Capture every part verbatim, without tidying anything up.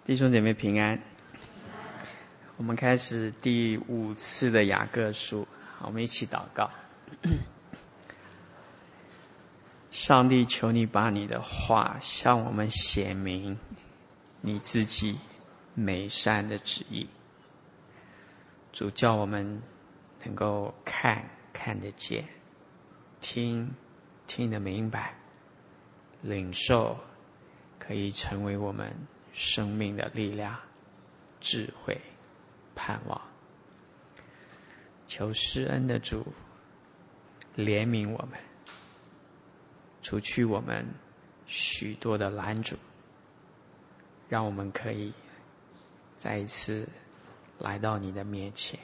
弟兄姐妹平安。我们开始第五次的雅各书，我们一起祷告。上帝，求你把你的话向我们显明你自己美善的旨意。主，叫我们能够看看得见，听听得明白，领受可以成为我们生命的力量、智慧、盼望。求施恩的主怜悯我们，除去我们许多的拦阻，让我们可以再一次来到你的面前。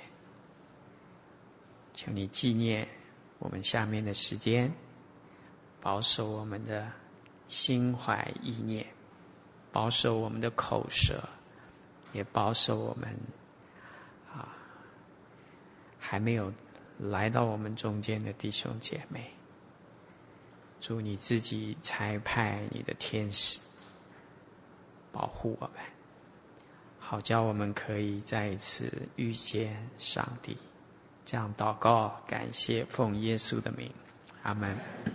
求你纪念我们下面的时间，保守我们的心怀意念，保守我们的口舌，也保守我们啊还没有来到我们中间的弟兄姐妹。主，你自己差派你的天使保护我们，好叫我们可以再一次遇见上帝。这样祷告，感谢，奉耶稣的名，阿们。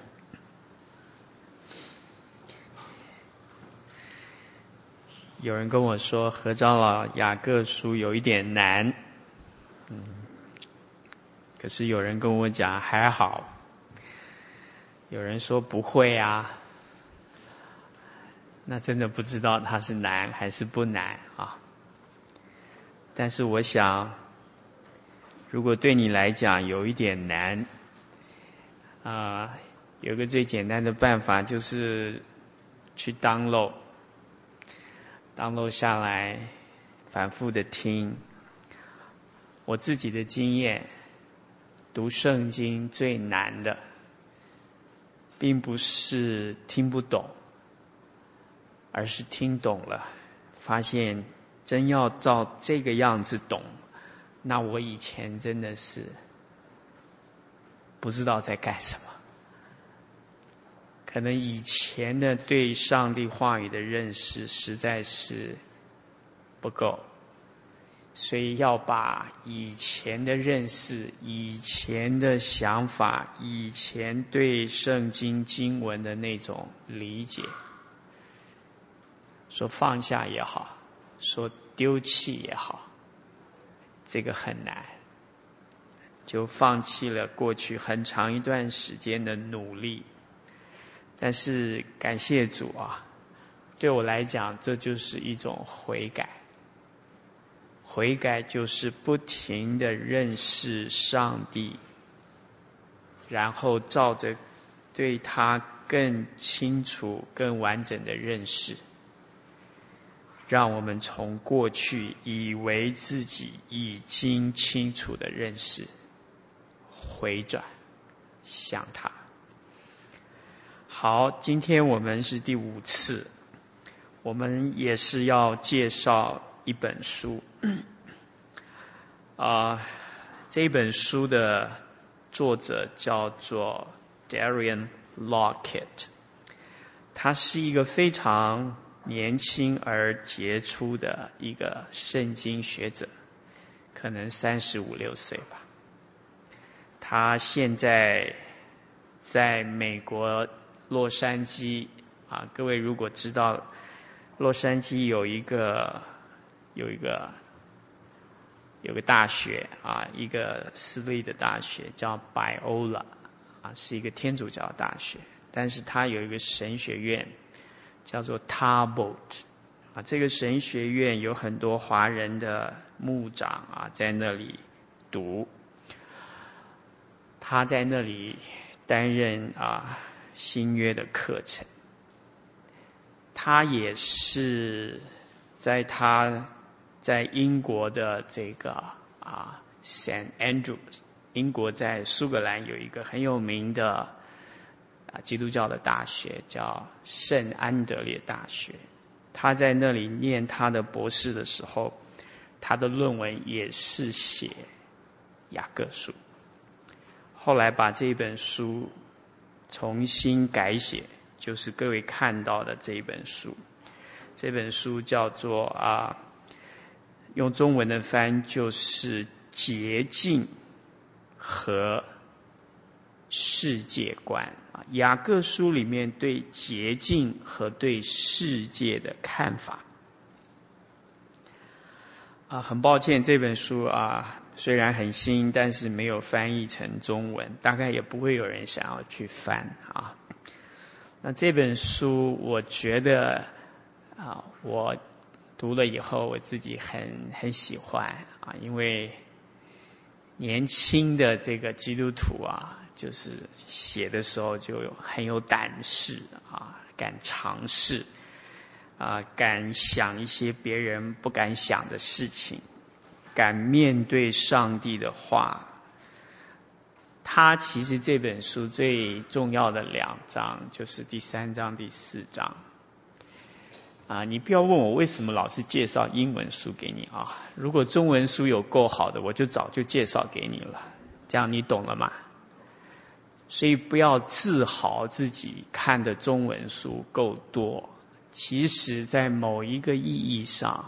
有人跟我说何长老雅各书有一点难，嗯，可是有人跟我讲还好，有人说不会啊，那真的不知道它是难还是不难啊。但是我想，如果对你来讲有一点难啊、呃，有个最简单的办法就是去 download download 下来，反复的听。我自己的经验，读圣经最难的并不是听不懂，而是听懂了，发现真要照这个样子懂，那我以前真的是不知道在干什么。可能以前的对上帝话语的认识实在是不够，所以要把以前的认识、以前的想法、以前对圣经经文的那种理解，说放下也好，说丢弃也好，这个很难，就放弃了过去很长一段时间的努力。但是感谢主啊，对我来讲这就是一种悔改。悔改就是不停地认识上帝，然后照着对他更清楚更完整的认识，让我们从过去以为自己已经清楚的认识回转向他。好，今天我们是第五次，我们也是要介绍一本书啊、呃，这本书的作者叫做 Darian Lockett， 他是一个非常年轻而杰出的一个圣经学者，可能三十五六岁吧。他现在在美国洛杉矶啊，各位如果知道洛杉矶有一个有一个有个大学啊，一个私立的大学叫 Biola 啊，是一个天主教大学，但是它有一个神学院叫做 Talbot 啊，这个神学院有很多华人的牧长啊在那里读，他在那里担任啊新约的课程。他也是在他在英国的这个啊 Saint Andrews， 英国在苏格兰有一个很有名的啊基督教的大学叫圣安德烈大学。他在那里念他的博士的时候，他的论文也是写雅各书。后来把这本书重新改写，就是各位看到的这一本书。 这本书叫做啊，用中文的翻就是洁净和世界观啊。雅各书里面对洁净和对世界的看法啊，很抱歉这本书啊虽然很新，但是没有翻译成中文，大概也不会有人想要去翻啊。那这本书我觉得啊，我读了以后我自己很很喜欢啊，因为年轻的这个基督徒啊，就是写的时候就很有胆识啊，敢尝试啊，敢想一些别人不敢想的事情，敢面对上帝的话。他其实这本书最重要的两章就是第三章第四章啊，你不要问我为什么老是介绍英文书给你啊，如果中文书有够好的我就早就介绍给你了，这样你懂了吗？所以不要自豪自己看的中文书够多，其实在某一个意义上，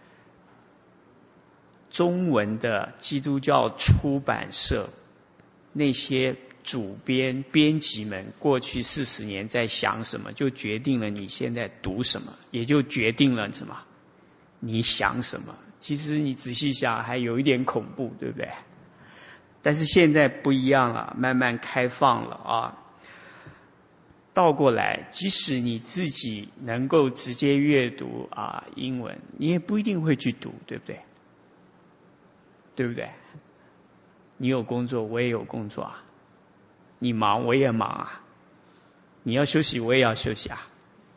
中文的基督教出版社那些主编编辑们过去四十年在想什么，就决定了你现在读什么，也就决定了什么你想什么。其实你仔细想还有一点恐怖，对不对？但是现在不一样了，慢慢开放了啊。倒过来，即使你自己能够直接阅读啊英文，你也不一定会去读，对不对？对不对？你有工作，我也有工作啊。你忙，我也忙啊。你要休息，我也要休息啊。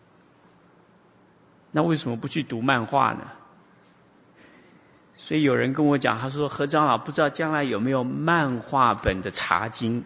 那为什么不去读漫画呢？所以有人跟我讲，他说何长老不知道将来有没有漫画本的茶经。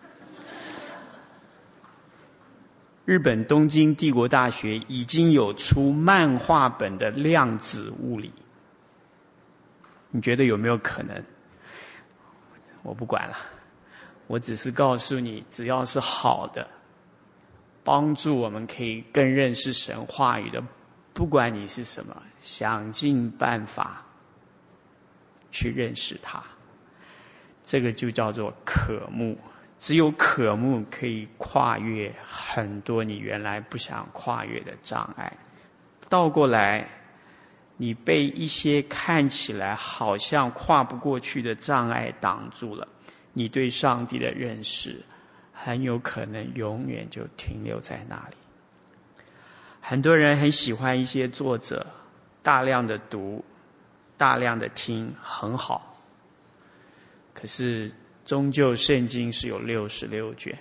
日本东京帝国大学已经有出漫画本的量子物理，你觉得有没有可能？我不管了，我只是告诉你，只要是好的，帮助我们可以更认识神话语的，不管你是什么，想尽办法去认识它，这个就叫做渴慕。只有渴慕可以跨越很多你原来不想跨越的障碍。倒过来，你被一些看起来好像跨不过去的障碍挡住了，你对上帝的认识很有可能永远就停留在那里。很多人很喜欢一些作者，大量的读，大量的听，很好。可是终究圣经是有六十六卷，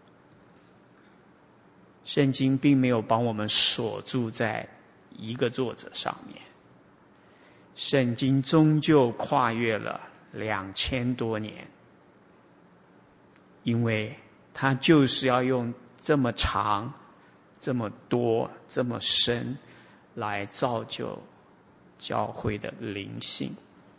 圣经并没有帮我们锁住在一个作者上面，圣经终究跨越了两千多年，因为它就是要用这么长、这么多、这么深来造就教会的灵性。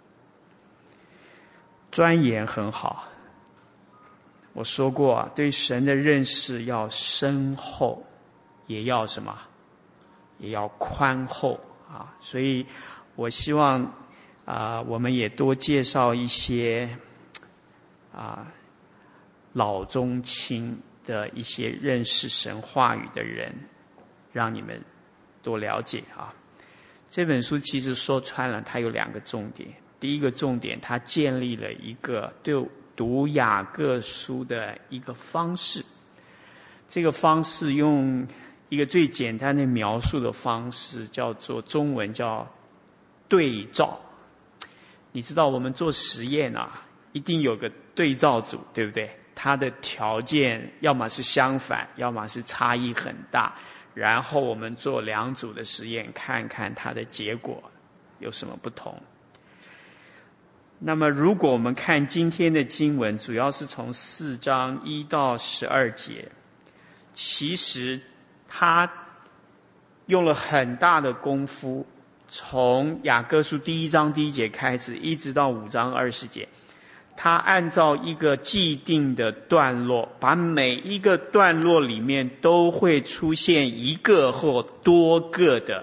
钻研很好，我说过啊，对神的认识要深厚，也要什么？也要宽厚啊！所以我希望啊、呃，我们也多介绍一些啊、呃、老中青的一些认识神话语的人，让你们多了解啊。这本书其实说穿了，它有两个重点。第一个重点，它建立了一个对读雅各书的一个方式。这个方式用一个最简单的描述的方式，叫做中文叫对照。你知道我们做实验啊，一定有个对照组，对不对？它的条件要么是相反，要么是差异很大，然后我们做两组的实验，看看它的结果有什么不同。那么如果我们看今天的经文，主要是从四章一到十二节，其实他用了很大的功夫，从雅各书第一章第一节开始，一直到五章二十节，他按照一个既定的段落，把每一个段落里面都会出现一个或多个的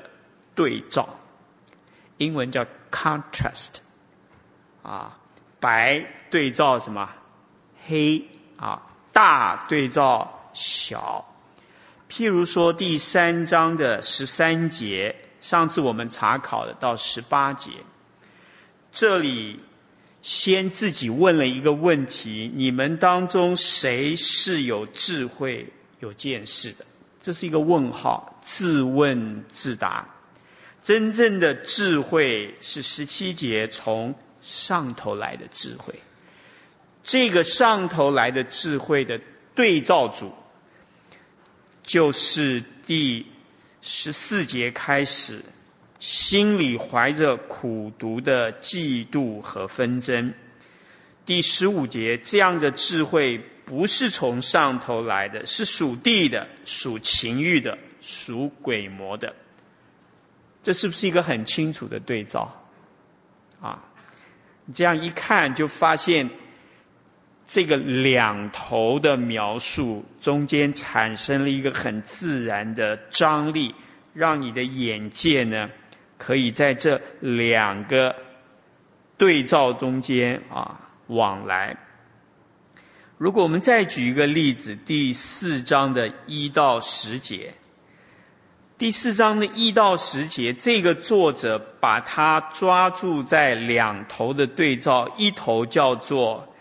对照，英文叫 contrast 啊，白对照什么？黑啊，大对照小。譬如说第三章的十三节，上次我们查考的到十八节，这里先自己问了一个问题：你们当中谁是有智慧、有见识的？这是一个问号，自问自答。真正的智慧是十七节从上头来的智慧，这个上头来的智慧的对照组，就是第十四节开始，心里怀着苦毒的嫉妒和纷争。第十五节，这样的智慧不是从上头来的，是属地的，属情欲的，属鬼魔的。这是不是一个很清楚的对照啊？你这样一看就发现这个两头的描述中间产生了一个很自然的张力，让你的眼界呢可以在这两个对照中间啊往来。如果我们再举一个例子，第四章的一到十节，第四章的一到十节，这个作者把它抓住在两头的对照，一头叫做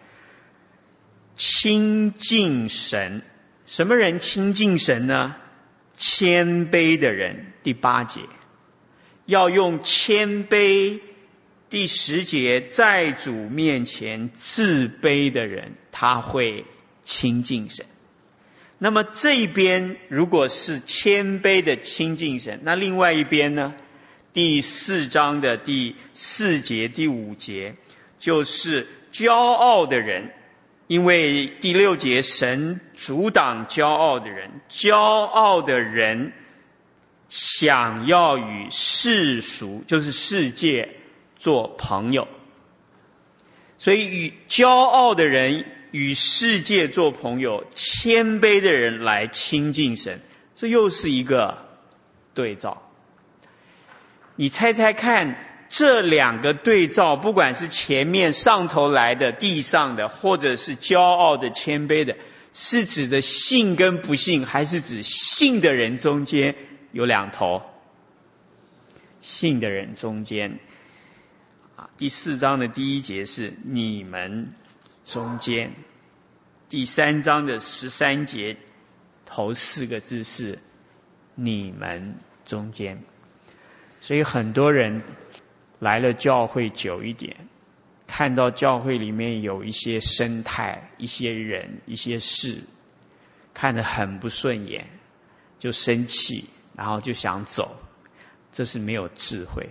亲近神。什么人亲近神呢？谦卑的人。第八节要用谦卑。第十节，在主面前自卑的人，他会亲近神。那么这一边如果是谦卑的亲近神，那另外一边呢？第四章的第四节、第五节，就是骄傲的人。因为第六节，神阻挡骄傲的人，骄傲的人想要与世俗，就是世界做朋友，所以与骄傲的人与世界做朋友，谦卑的人来亲近神，这又是一个对照。你猜猜看，这两个对照，不管是前面上头来的地上的，或者是骄傲的谦卑的，是指的信跟不信，还是指信的人中间有两头？信的人中间啊，第四章的第一节是你们中间，第三章的十三节头四个字是你们中间。所以很多人来了教会久一点，看到教会里面有一些生态、一些人、一些事，看得很不顺眼，就生气，然后就想走，这是没有智慧。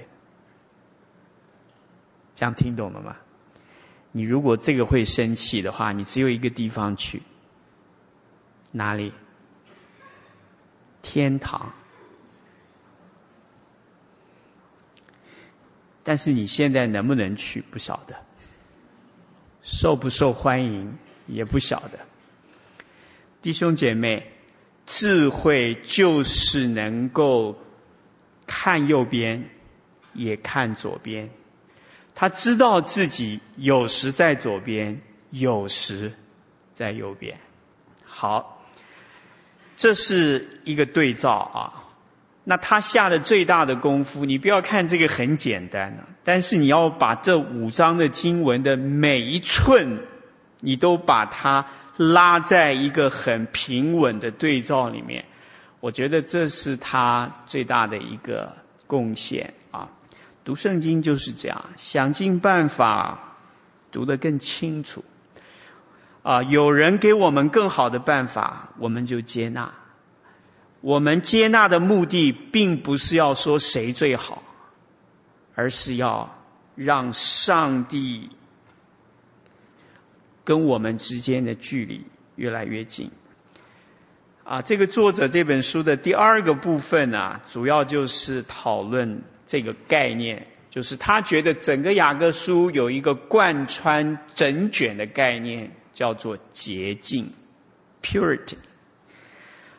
这样听懂了吗？你如果这个会生气的话，你只有一个地方去，哪里？天堂。但是你现在能不能去不晓得，受不受欢迎也不晓得。弟兄姐妹，智慧就是能够看右边也看左边，他知道自己有时在左边，有时在右边。好，这是一个对照啊。那他下的最大的功夫，你不要看这个很简单啊，但是你要把这五章的经文的每一寸，你都把它拉在一个很平稳的对照里面。我觉得这是他最大的一个贡献啊。读圣经就是这样，想尽办法读得更清楚啊。有人给我们更好的办法，我们就接纳。我们接纳的目的并不是要说谁最好，而是要让上帝跟我们之间的距离越来越近。啊，这个作者这本书的第二个部分啊，主要就是讨论这个概念，就是他觉得整个雅各书有一个贯穿整卷的概念，叫做洁净 （purity）。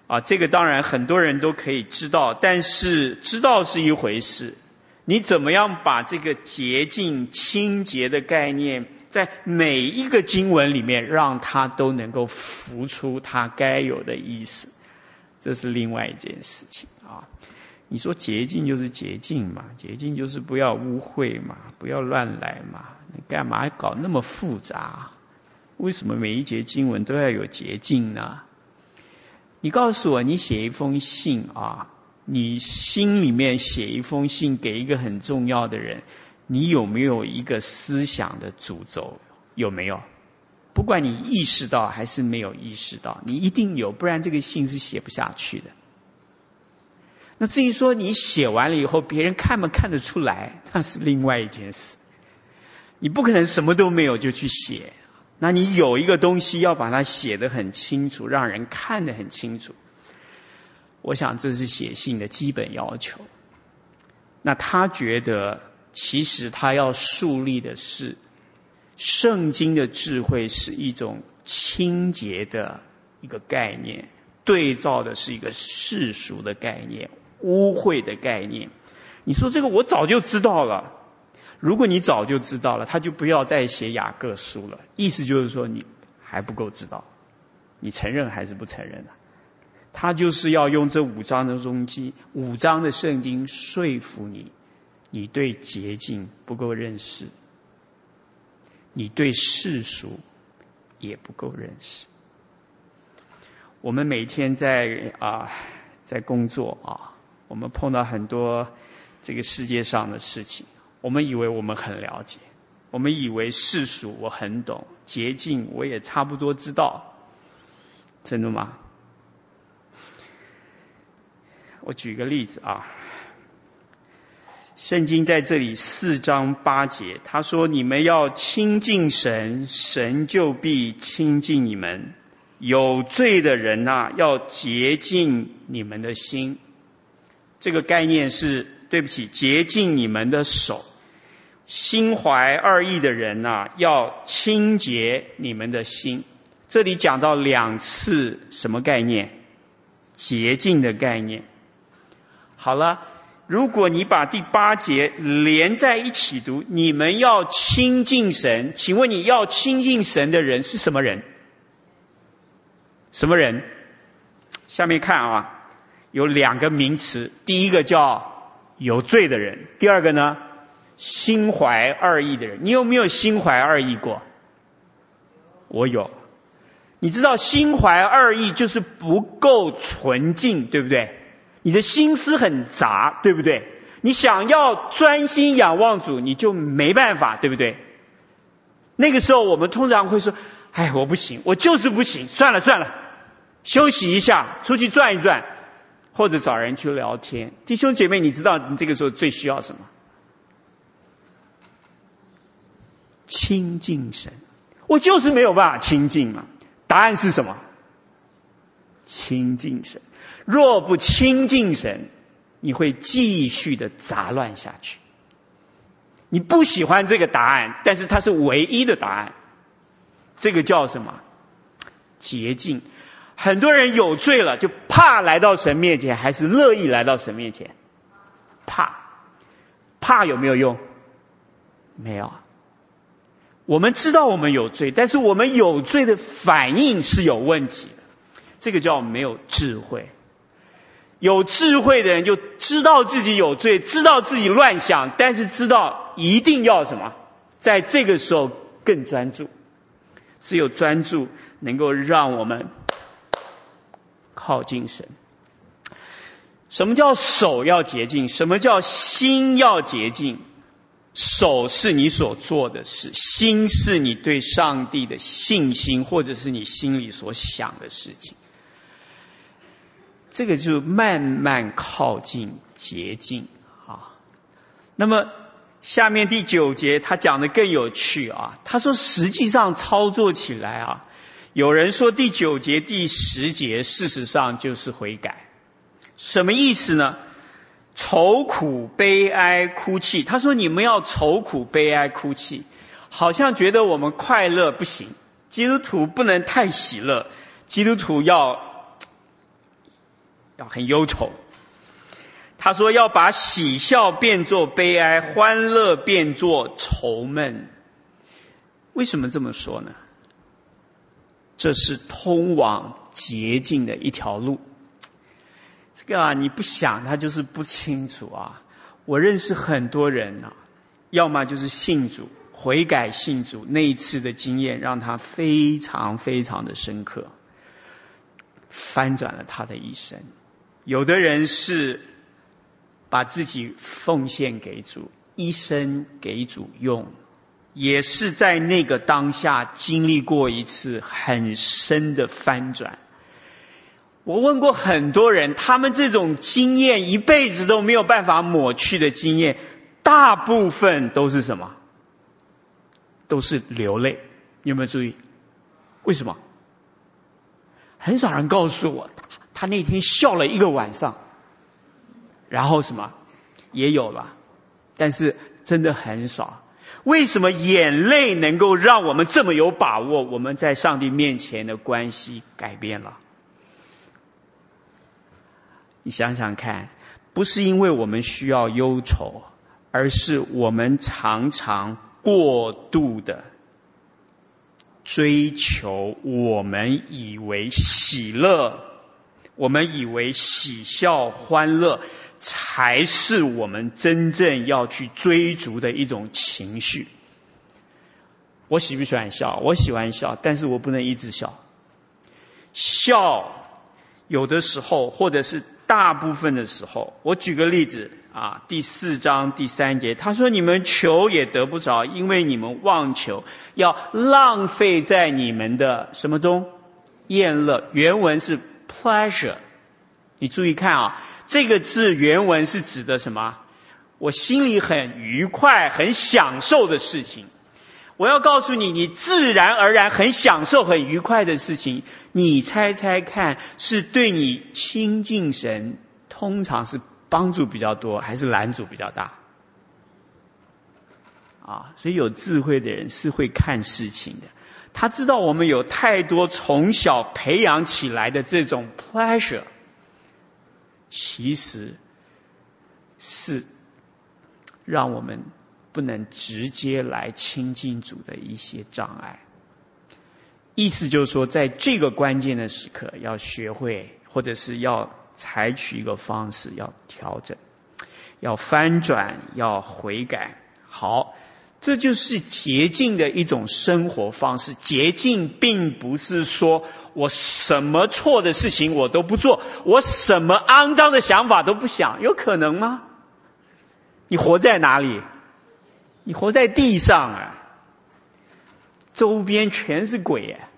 啊，这个当然很多人都可以知道，但是知道是一回事，你怎么样把这个洁净清洁的概念在每一个经文里面让它都能够浮出它该有的意思，这是另外一件事情啊。你说洁净就是洁净嘛，洁净就是不要污秽嘛，不要乱来嘛，你干嘛搞那么复杂？为什么每一节经文都要有洁净呢？你告诉我，你写一封信啊，你心里面写一封信给一个很重要的人，你有没有一个思想的主轴？有没有？不管你意识到还是没有意识到，你一定有，不然这个信是写不下去的。那至于说你写完了以后别人看不看得出来，那是另外一件事。你不可能什么都没有就去写，那你有一个东西要把它写得很清楚，让人看得很清楚。我想这是写信的基本要求。那他觉得其实他要树立的是圣经的智慧是一种清洁的一个概念，对照的是一个世俗的概念，污秽的概念。你说这个我早就知道了，如果你早就知道了，他就不要再写雅各书了。意思就是说你还不够知道，你承认还是不承认啊？他就是要用这五章的中经，五章的圣经说服你，你对洁净不够认识，你对世俗也不够认识。我们每天在啊在工作啊，我们碰到很多这个世界上的事情，我们以为我们很了解，我们以为世俗我很懂，洁净我也差不多知道，真的吗？我举个例子啊，圣经在这里四章八节，他说你们要亲近神，神就必亲近你们。有罪的人啊，要洁净你们的心。这个概念是，对不起，洁净你们的手。心怀二意的人啊，要清洁你们的心。这里讲到两次什么概念？洁净的概念。好了，如果你把第八节连在一起读，你们要亲近神，请问你要亲近神的人是什么人？什么人？下面看啊，有两个名词，第一个叫有罪的人，第二个呢，心怀二意的人。你有没有心怀二意过？我有。你知道心怀二意就是不够纯净，对不对？你的心思很杂，对不对？你想要专心仰望主，你就没办法，对不对？那个时候我们通常会说，哎，我不行，我就是不行，算了算了，休息一下，出去转一转，或者找人去聊天。弟兄姐妹，你知道你这个时候最需要什么？亲近神。我就是没有办法亲近嘛。答案是什么？亲近神。若不亲近神，你会继续的杂乱下去。你不喜欢这个答案，但是它是唯一的答案。这个叫什么？洁净。很多人有罪了，就怕来到神面前，还是乐意来到神面前？怕。怕有没有用？没有。我们知道我们有罪，但是我们有罪的反应是有问题的。这个叫没有智慧。有智慧的人就知道自己有罪，知道自己乱想，但是知道一定要什么？在这个时候更专注。只有专注能够让我们靠近神。什么叫手要洁净？什么叫心要洁净？手是你所做的事，心是你对上帝的信心，或者是你心里所想的事情。这个就慢慢靠近洁净啊。那么下面第九节他讲的更有趣啊，他说实际上操作起来啊，有人说第九节第十节事实上就是悔改。什么意思呢？愁苦悲哀哭泣。他说你们要愁苦悲哀哭泣，好像觉得我们快乐不行，基督徒不能太喜乐，基督徒要要很忧愁。他说要把喜笑变作悲哀，欢乐变作愁闷。为什么这么说呢？这是通往捷径的一条路。这个啊，你不想他就是不清楚啊。我认识很多人啊，要么就是信主悔改信主，那一次的经验让他非常非常的深刻，翻转了他的一生。有的人是把自己奉献给主，一生给主用，也是在那个当下经历过一次很深的翻转。我问过很多人，他们这种经验一辈子都没有办法抹去的经验，大部分都是什么？都是流泪。你有没有注意？为什么？很少人告诉我他那天笑了一个晚上，然后什么也有了，但是真的很少。为什么眼泪能够让我们这么有把握我们在上帝面前的关系改变了？你想想看，不是因为我们需要忧愁，而是我们常常过度的追求我们以为喜乐，我们以为喜笑欢乐才是我们真正要去追逐的一种情绪。我喜不喜欢笑？我喜欢笑，但是我不能一直笑。笑有的时候，或者是大部分的时候，我举个例子啊，第四章第三节，他说你们求也得不着，因为你们妄求，要浪费在你们的什么中？宴乐。原文是 pleasure。 你注意看啊，这个字原文是指的什么？我心里很愉快很享受的事情。我要告诉你，你自然而然很享受很愉快的事情，你猜猜看，是对你亲近神通常是帮助比较多，还是拦阻比较大？啊，所以有智慧的人是会看事情的。他知道我们有太多从小培养起来的这种 pleasure， 其实是让我们不能直接来亲近主的一些障碍。意思就是说，在这个关键的时刻要学会，或者是要采取一个方式，要调整，要翻转，要悔改。好，这就是捷径的一种生活方式。捷径并不是说我什么错的事情我都不做，我什么肮脏的想法都不想，有可能吗？你活在哪里？你活在地上啊，周边全是鬼啊。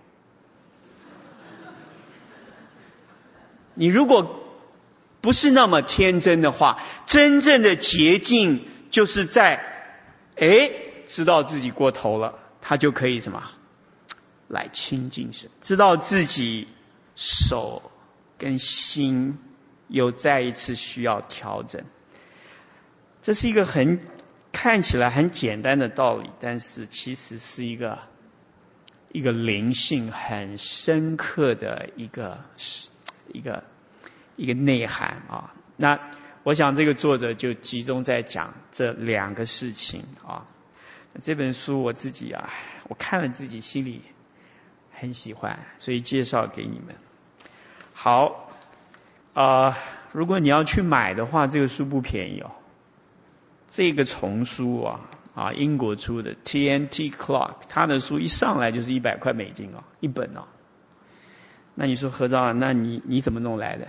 你如果不是那么天真的话，真正的捷径就是在诶知道自己过头了，他就可以什么来亲近神，知道自己手跟心又再一次需要调整。这是一个很看起来很简单的道理，但是其实是一个一个灵性很深刻的一个一个一个内涵啊。那我想这个作者就集中在讲这两个事情啊。这本书我自己啊，我看了自己心里很喜欢，所以介绍给你们。好，呃，如果你要去买的话，这个书不便宜哦。这个丛书啊，啊，英国出的 T N T Clark， 他的书一上来就是一百块美金哦，一本哦。那你说何昭，那你你怎么弄来的？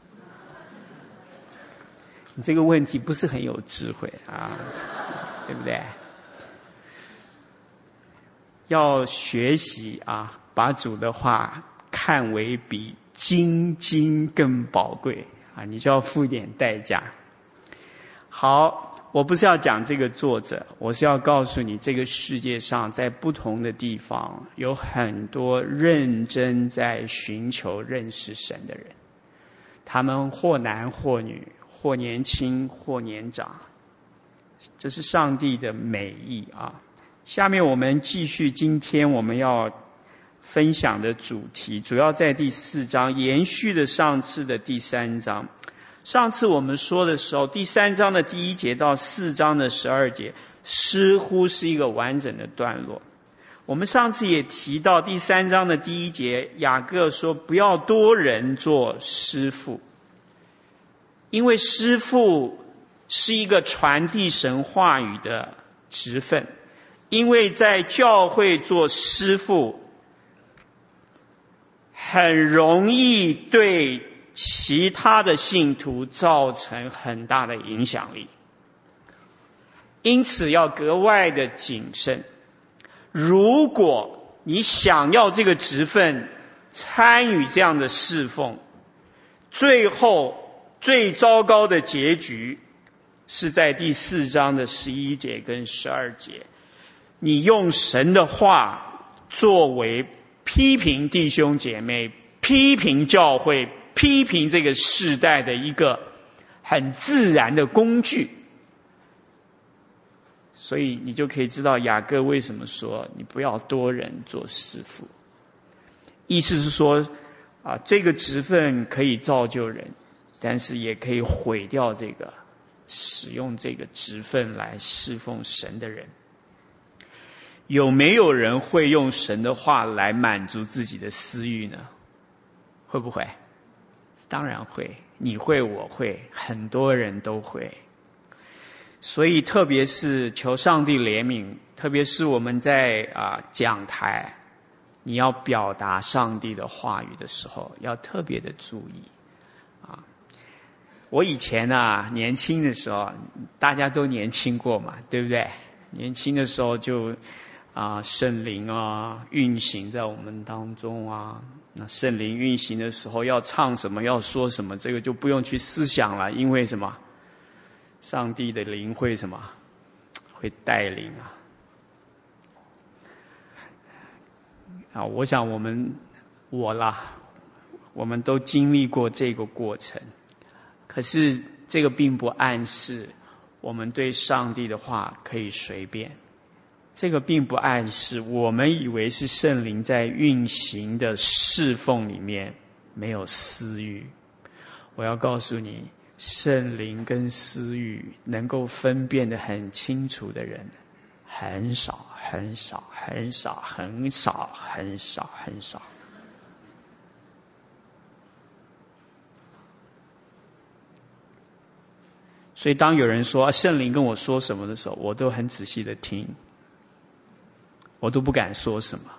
你这个问题不是很有智慧啊，对不对？要学习啊，把主的话看为比金金更宝贵啊，你就要付一点代价。好，我不是要讲这个作者，我是要告诉你，这个世界上在不同的地方有很多认真在寻求认识神的人，他们或男或女，或年轻或年长，这是上帝的美意啊。下面我们继续，今天我们要分享的主题主要在第四章，延续的上次的第三章。上次我们说的时候，第三章的第一节到四章的十二节似乎是一个完整的段落。我们上次也提到第三章的第一节，雅各说不要多人做师傅，因为师傅是一个传递神话语的职分，因为在教会做师傅很容易对其他的信徒造成很大的影响力，因此要格外的谨慎。如果你想要这个职分参与这样的侍奉，最后最糟糕的结局是在第四章的十一节跟十二节，你用神的话作为批评弟兄姐妹、批评教会、批评这个世代的一个很自然的工具。所以你就可以知道雅各为什么说你不要多人做师傅，意思是说啊，这个职分可以造就人，但是也可以毁掉这个使用这个职分来侍奉神的人。有没有人会用神的话来满足自己的私欲呢？会不会？当然会，你会，我会，很多人都会。所以特别是求上帝怜悯，特别是我们在啊讲台，你要表达上帝的话语的时候，要特别的注意啊。我以前啊年轻的时候，大家都年轻过嘛，对不对？年轻的时候就啊圣灵啊运行在我们当中啊，那圣灵运行的时候要唱什么要说什么，这个就不用去思想了，因为什么？上帝的灵会什么？会带领啊！啊，我想我们我啦，我们都经历过这个过程。可是这个并不暗示我们对上帝的话可以随便。这个并不暗示我们以为是圣灵在运行的侍奉里面没有私欲。我要告诉你，圣灵跟私欲能够分辨得很清楚的人很少很少很少很少很少很少。所以当有人说圣灵跟我说什么的时候，我都很仔细的听，我都不敢说什么。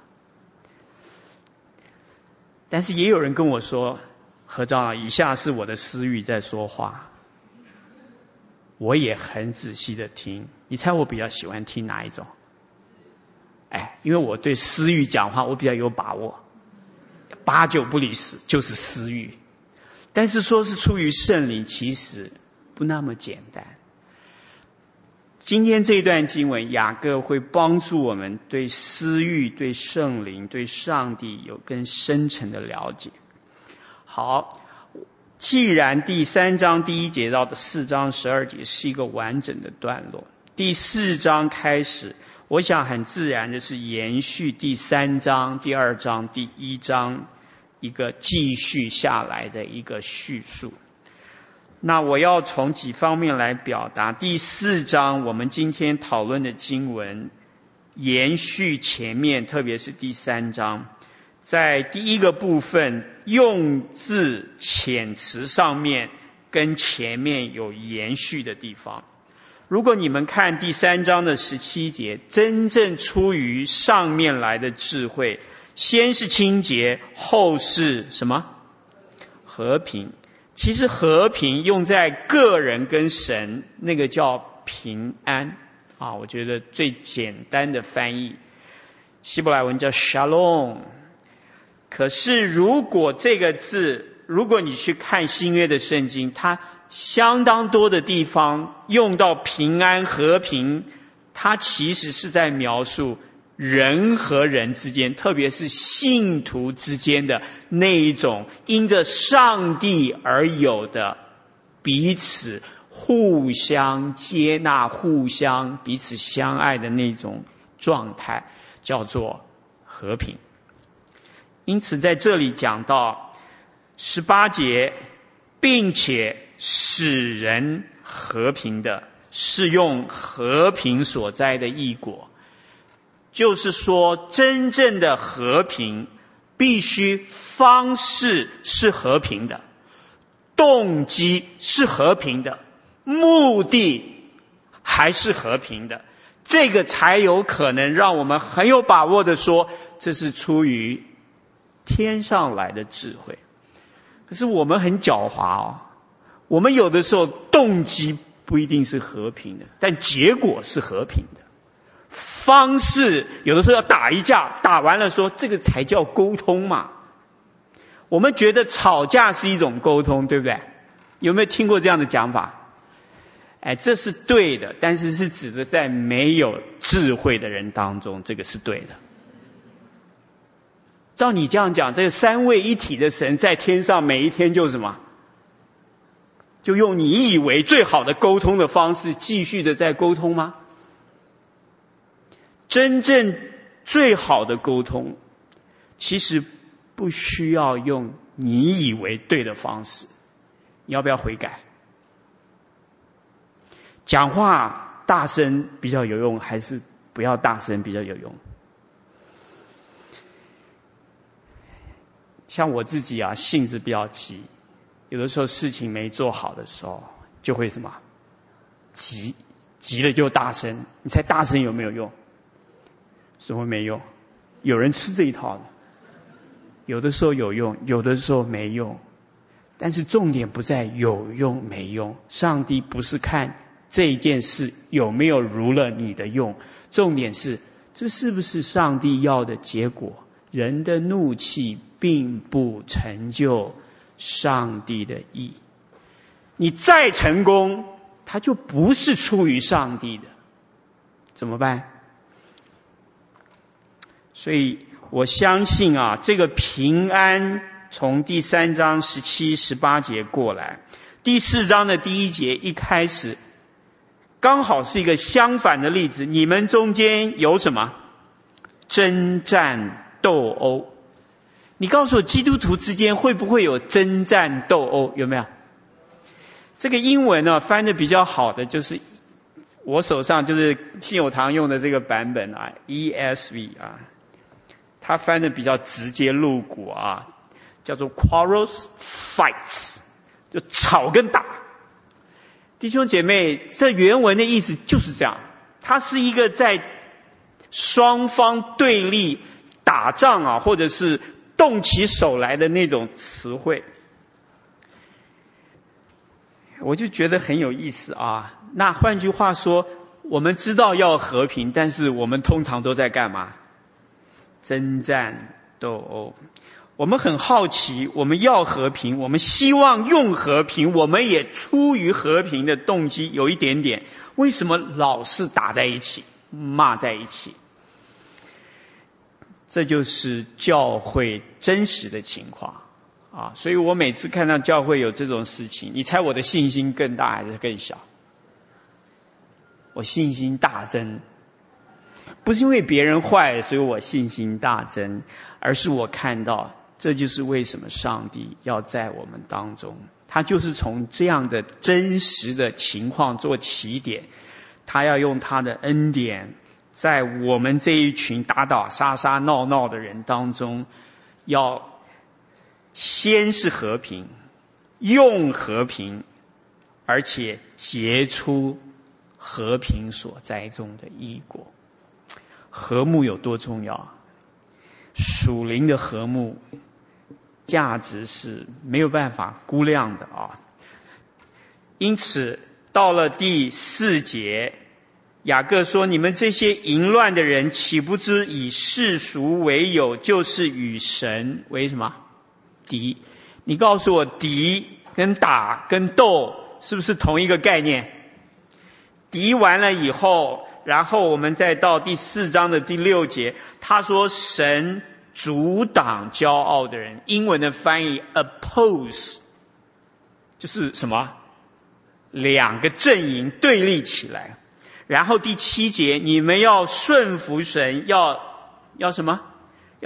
但是也有人跟我说，何长老，以下是我的私欲在说话，我也很仔细的听。你猜我比较喜欢听哪一种？哎，因为我对私欲讲话我比较有把握，八九不离十就是私欲。但是说是出于圣灵，其实不那么简单。今天这段经文，雅各会帮助我们对私欲、对圣灵、对上帝有更深层的了解。好，既然第三章第一节到的四章十二节是一个完整的段落，第四章开始，我想很自然的是延续第三章、第二章、第一章一个继续下来的一个叙述。那我要从几方面来表达。第四章我们今天讨论的经文延续前面，特别是第三章，在第一个部分用字遣词上面跟前面有延续的地方。如果你们看第三章的十七节，真正出于上面来的智慧，先是清洁，后是什么？和平。其实和平用在个人跟神，那个叫平安啊，我觉得最简单的翻译，希伯来文叫 shalom。可是如果这个字，如果你去看新约的圣经，它相当多的地方用到平安和平，它其实是在描述人和人之间，特别是信徒之间的那一种因着上帝而有的彼此互相接纳、互相彼此相爱的那种状态，叫做和平。 因此在这里讲到十八节，并且使人和平的，是用和平所栽的义果。就是说，真正的和平必须方式是和平的，动机是和平的，目的还是和平的，这个才有可能让我们很有把握的说，这是出于天上来的智慧。可是我们很狡猾哦，我们有的时候动机不一定是和平的，但结果是和平的。方式有的时候要打一架，打完了说这个才叫沟通嘛。我们觉得吵架是一种沟通，对不对？有没有听过这样的讲法？哎，这是对的，但是是指的在没有智慧的人当中，这个是对的。照你这样讲，这个三位一体的神在天上每一天就什么？就用你以为最好的沟通的方式继续的在沟通吗？真正最好的沟通，其实不需要用你以为对的方式。你要不要悔改？讲话大声比较有用，还是不要大声比较有用？像我自己啊，性子比较急，有的时候事情没做好的时候，就会什么急，急了就大声。你猜大声有没有用？什么没用？有人吃这一套的，有的时候有用，有的时候没用。但是重点不在有用没用，上帝不是看这件事有没有如了你的用，重点是这是不是上帝要的结果。人的怒气并不成就上帝的意，你再成功，它就不是出于上帝的，怎么办？所以我相信啊，这个平安从第三章十七、十八节过来，第四章的第一节一开始，刚好是一个相反的例子。你们中间有什么？征战斗殴。你告诉我，基督徒之间会不会有征战斗殴？有没有？这个英文呢翻得比较好的，就是我手上就是信友堂用的这个版本啊 ，E S V 啊。他翻的比较直接露骨啊，叫做 quarrels fights， 就吵跟打。弟兄姐妹，这原文的意思就是这样，它是一个在双方对立打仗啊，或者是动起手来的那种词汇。我就觉得很有意思啊。那换句话说，我们知道要和平，但是我们通常都在干嘛？征战斗殴。我们很好奇，我们要和平，我们希望用和平，我们也出于和平的动机有一点点，为什么老是打在一起，骂在一起？这就是教会真实的情况啊！所以我每次看到教会有这种事情，你猜我的信心更大还是更小？我信心大增。不是因为别人坏，所以我信心大增，而是我看到，这就是为什么上帝要在我们当中，他就是从这样的真实的情况做起点，他要用他的恩典，在我们这一群打打杀杀闹闹的人当中，要先是和平，用和平，而且结出和平所栽种的义果。和睦有多重要？属灵的和睦价值是没有办法估量的啊！因此到了第四节，雅各说：你们这些淫乱的人，岂不知以世俗为友，就是与神为什么敌？你告诉我，敌跟打跟斗是不是同一个概念？敌完了以后，然后我们再到第四章的第六节，他说神阻挡骄傲的人，英文的翻译 oppose， 就是什么？两个阵营对立起来。然后第七节，你们要顺服神，要要什么？要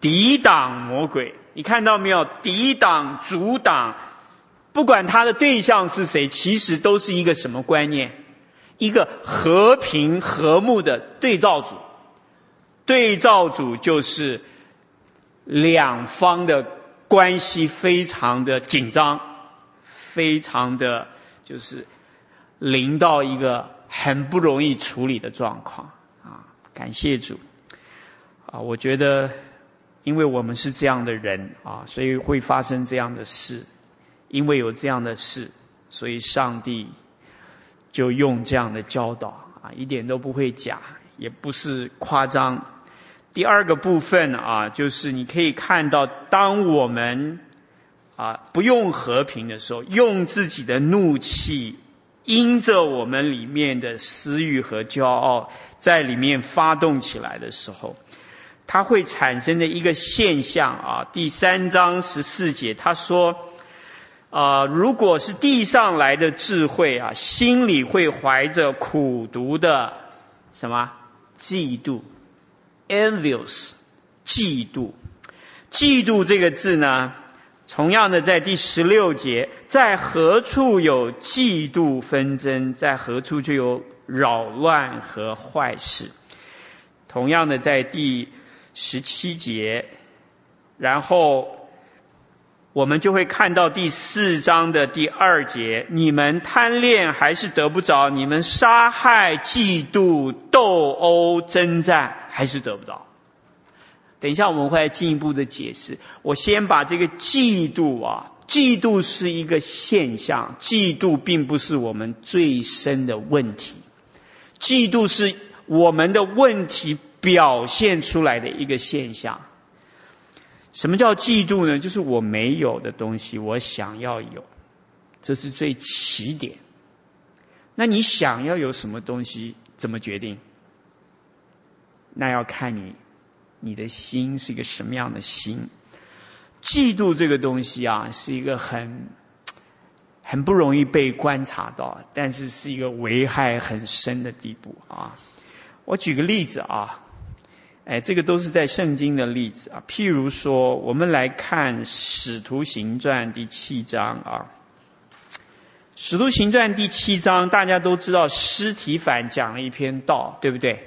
抵挡魔鬼。你看到没有？抵挡、阻挡，不管他的对象是谁，其实都是一个什么观念？一个和平和睦的对照组。对照组就是两方的关系非常的紧张，非常的就是临到一个很不容易处理的状况啊！感谢主啊！我觉得因为我们是这样的人啊，所以会发生这样的事。因为有这样的事，所以上帝就用这样的教导啊，一点都不会假，也不是夸张。第二个部分啊，就是你可以看到，当我们啊不用和平的时候，用自己的怒气，因着我们里面的私欲和骄傲，在里面发动起来的时候，它会产生的一个现象啊。第三章十四节他说啊，如果是地上来的智慧啊，心里会怀着苦毒的什么嫉妒 envious 嫉妒。嫉妒这个字呢，同样的在第十六节，在何处有嫉妒纷争，在何处就有扰乱和坏事。同样的在第十七节，然后我们就会看到第四章的第二节，你们贪恋还是得不着，你们杀害、嫉妒、斗殴、征战还是得不到。等一下我们会进一步的解释。我先把这个嫉妒啊，嫉妒是一个现象，嫉妒并不是我们最深的问题，嫉妒是我们的问题表现出来的一个现象。什么叫嫉妒呢？就是我没有的东西我想要有，这是最起点。那你想要有什么东西怎么决定？那要看你你的心是一个什么样的心。嫉妒这个东西啊，是一个很很不容易被观察到，但是是一个危害很深的地步啊。我举个例子啊，哎，这个都是在圣经的例子啊。譬如说，我们来看《使徒行传》第七章啊，《使徒行传》第七章，大家都知道司提反讲了一篇道，对不对？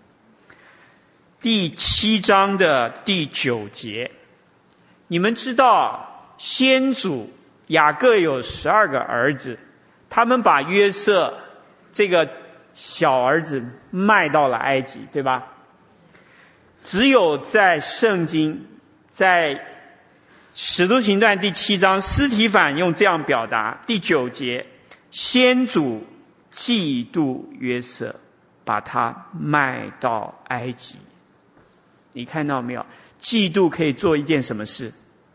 第七章的第九节，你们知道先祖雅各有十二个儿子，他们把约瑟这个小儿子卖到了埃及，对吧？只有在圣经，在使徒行传第七章，司提反用这样表达，第九节，先祖嫉妒约瑟，把他卖到埃及。你看到没有？嫉妒可以做一件什么事？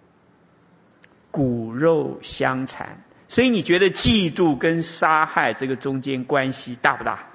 骨肉相残。所以你觉得嫉妒跟杀害这个中间关系大不大？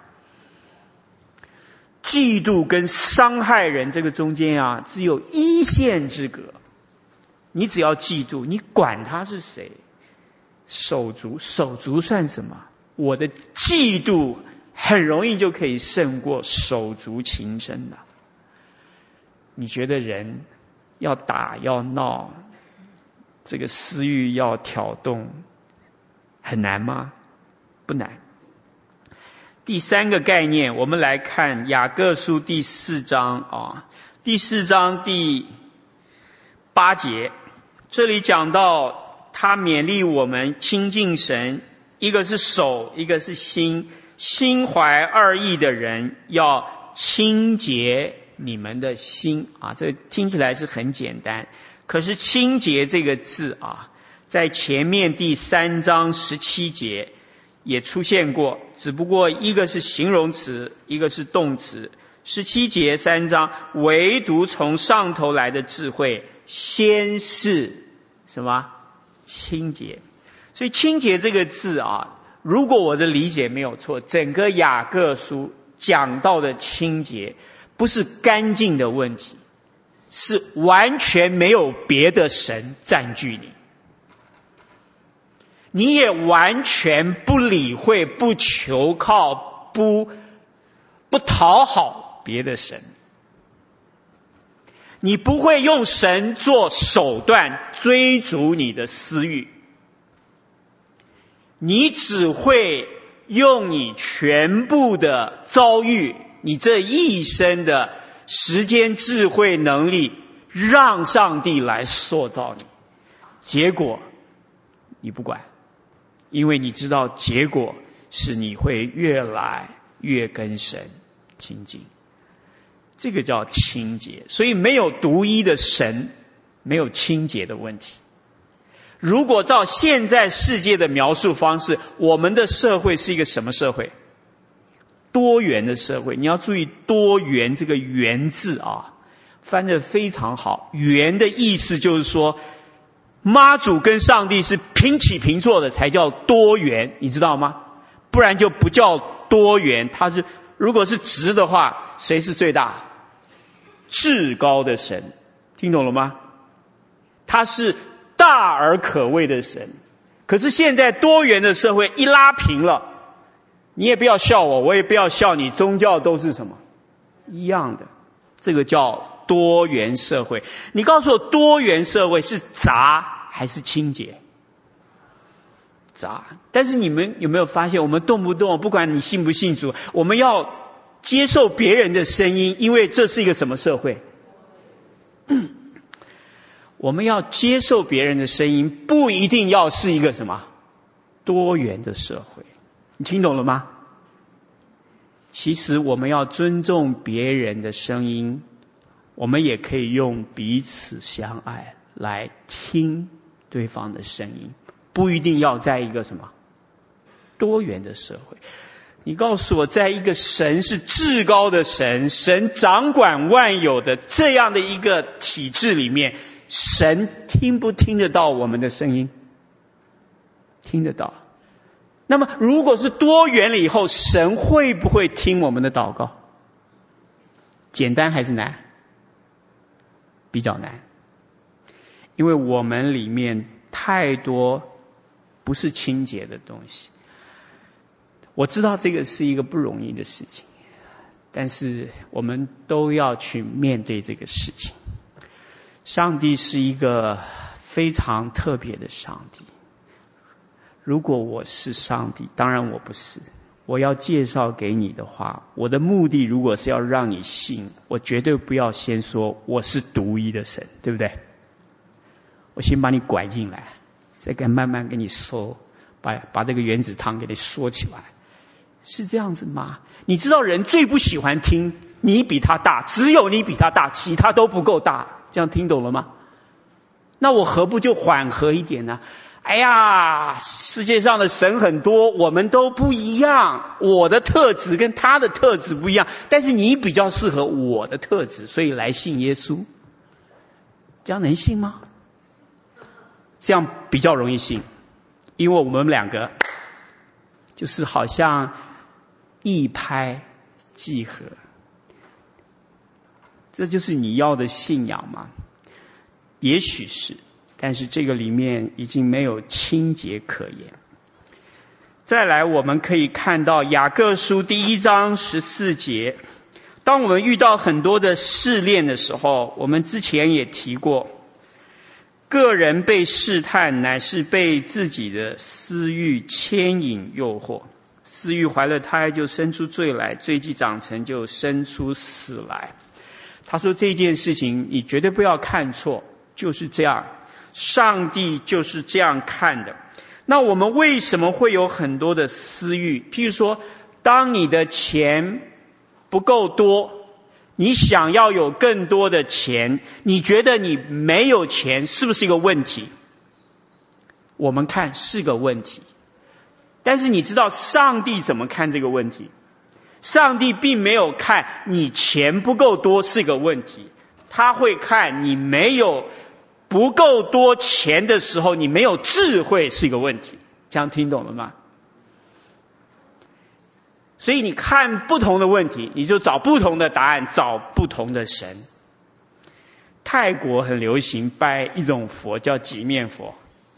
嫉妒跟伤害人这个中间啊，只有一线之隔。你只要嫉妒，你管他是谁，手足，手足算什么？我的嫉妒很容易就可以胜过手足情深的。你觉得人要打要闹，这个私欲要挑动，很难吗？不难。第三个概念，我们来看雅各书第四章啊，第四章第八节，这里讲到他勉励我们亲近神，一个是手，一个是心，心怀二意的人要清洁你们的心啊，这听起来是很简单，可是清洁这个字啊，在前面第三章十七节也出现过，只不过一个是形容词，一个是动词。十七节三章，唯独从上头来的智慧，先是什么？清洁。所以清洁这个字啊，如果我的理解没有错，整个雅各书讲到的清洁，不是干净的问题，是完全没有别的神占据你，你也完全不理会、不求靠、不不讨好别的神， 你不会用神做手段追逐你的私欲，你只会用你全部的遭遇，你这一生的时间、智慧、能力，让上帝来塑造你。结果你不管，因为你知道结果是你会越来越跟神亲近，这个叫清洁。所以没有独一的神，没有清洁的问题。如果照现在世界的描述方式，我们的社会是一个什么社会？多元的社会。你要注意多元这个元字啊，翻得非常好。元的意思就是说，妈祖跟上帝是平起平坐的才叫多元，你知道吗？不然就不叫多元。它是如果是直的话，谁是最大？至高的神，听懂了吗？他是大而可畏的神。可是现在多元的社会一拉平了，你也不要笑我，我也不要笑你，宗教都是什么一样的，这个叫多元社会。你告诉我，多元社会是杂还是清洁？杂。但是你们有没有发现，我们动不动不管你信不信主，我们要接受别人的声音，因为这是一个什么社会？我们要接受别人的声音，不一定要是一个什么多元的社会。你听懂了吗？其实我们要尊重别人的声音，我们也可以用彼此相爱来听对方的声音，不一定要在一个什么多元的社会。你告诉我，在一个神是至高的神，神掌管万有的这样的一个体制里面，神听不听得到我们的声音？听得到。那么如果是多元了以后，神会不会听我们的祷告？简单还是难？比较难。因为我们里面太多不是清洁的东西。我知道这个是一个不容易的事情，但是我们都要去面对这个事情。上帝是一个非常特别的上帝。如果我是上帝，当然我不是，我要介绍给你的话，我的目的如果是要让你信，我绝对不要先说我是独一的神，对不对？我先把你拐进来，再跟慢慢跟你说，把把这个原子汤给你说起来，是这样子吗？你知道人最不喜欢听你比他大，只有你比他大，其他都不够大，这样听懂了吗？那我何不就缓和一点呢？哎呀，世界上的神很多，我们都不一样，我的特质跟他的特质不一样，但是你比较适合我的特质，所以来信耶稣。这样能信吗？这样比较容易信，因为我们两个就是好像一拍即合。这就是你要的信仰吗？也许是，但是这个里面已经没有清洁可言。再来，我们可以看到雅各书第一章十四节，当我们遇到很多的试炼的时候，我们之前也提过，个人被试探乃是被自己的私欲牵引诱惑，私欲怀了胎就生出罪来，罪既长成就生出死来。他说这件事情你绝对不要看错，就是这样，上帝就是这样看的。那我们为什么会有很多的私欲？譬如说，当你的钱不够多，你想要有更多的钱，你觉得你没有钱是不是一个问题？我们看是个问题。但是你知道上帝怎么看这个问题？上帝并没有看你钱不够多是个问题，他会看你没有不够多钱的时候，你没有智慧是一个问题。这样听懂了吗？所以你看不同的问题，你就找不同的答案，找不同的神。泰国很流行拜一种佛叫几面佛，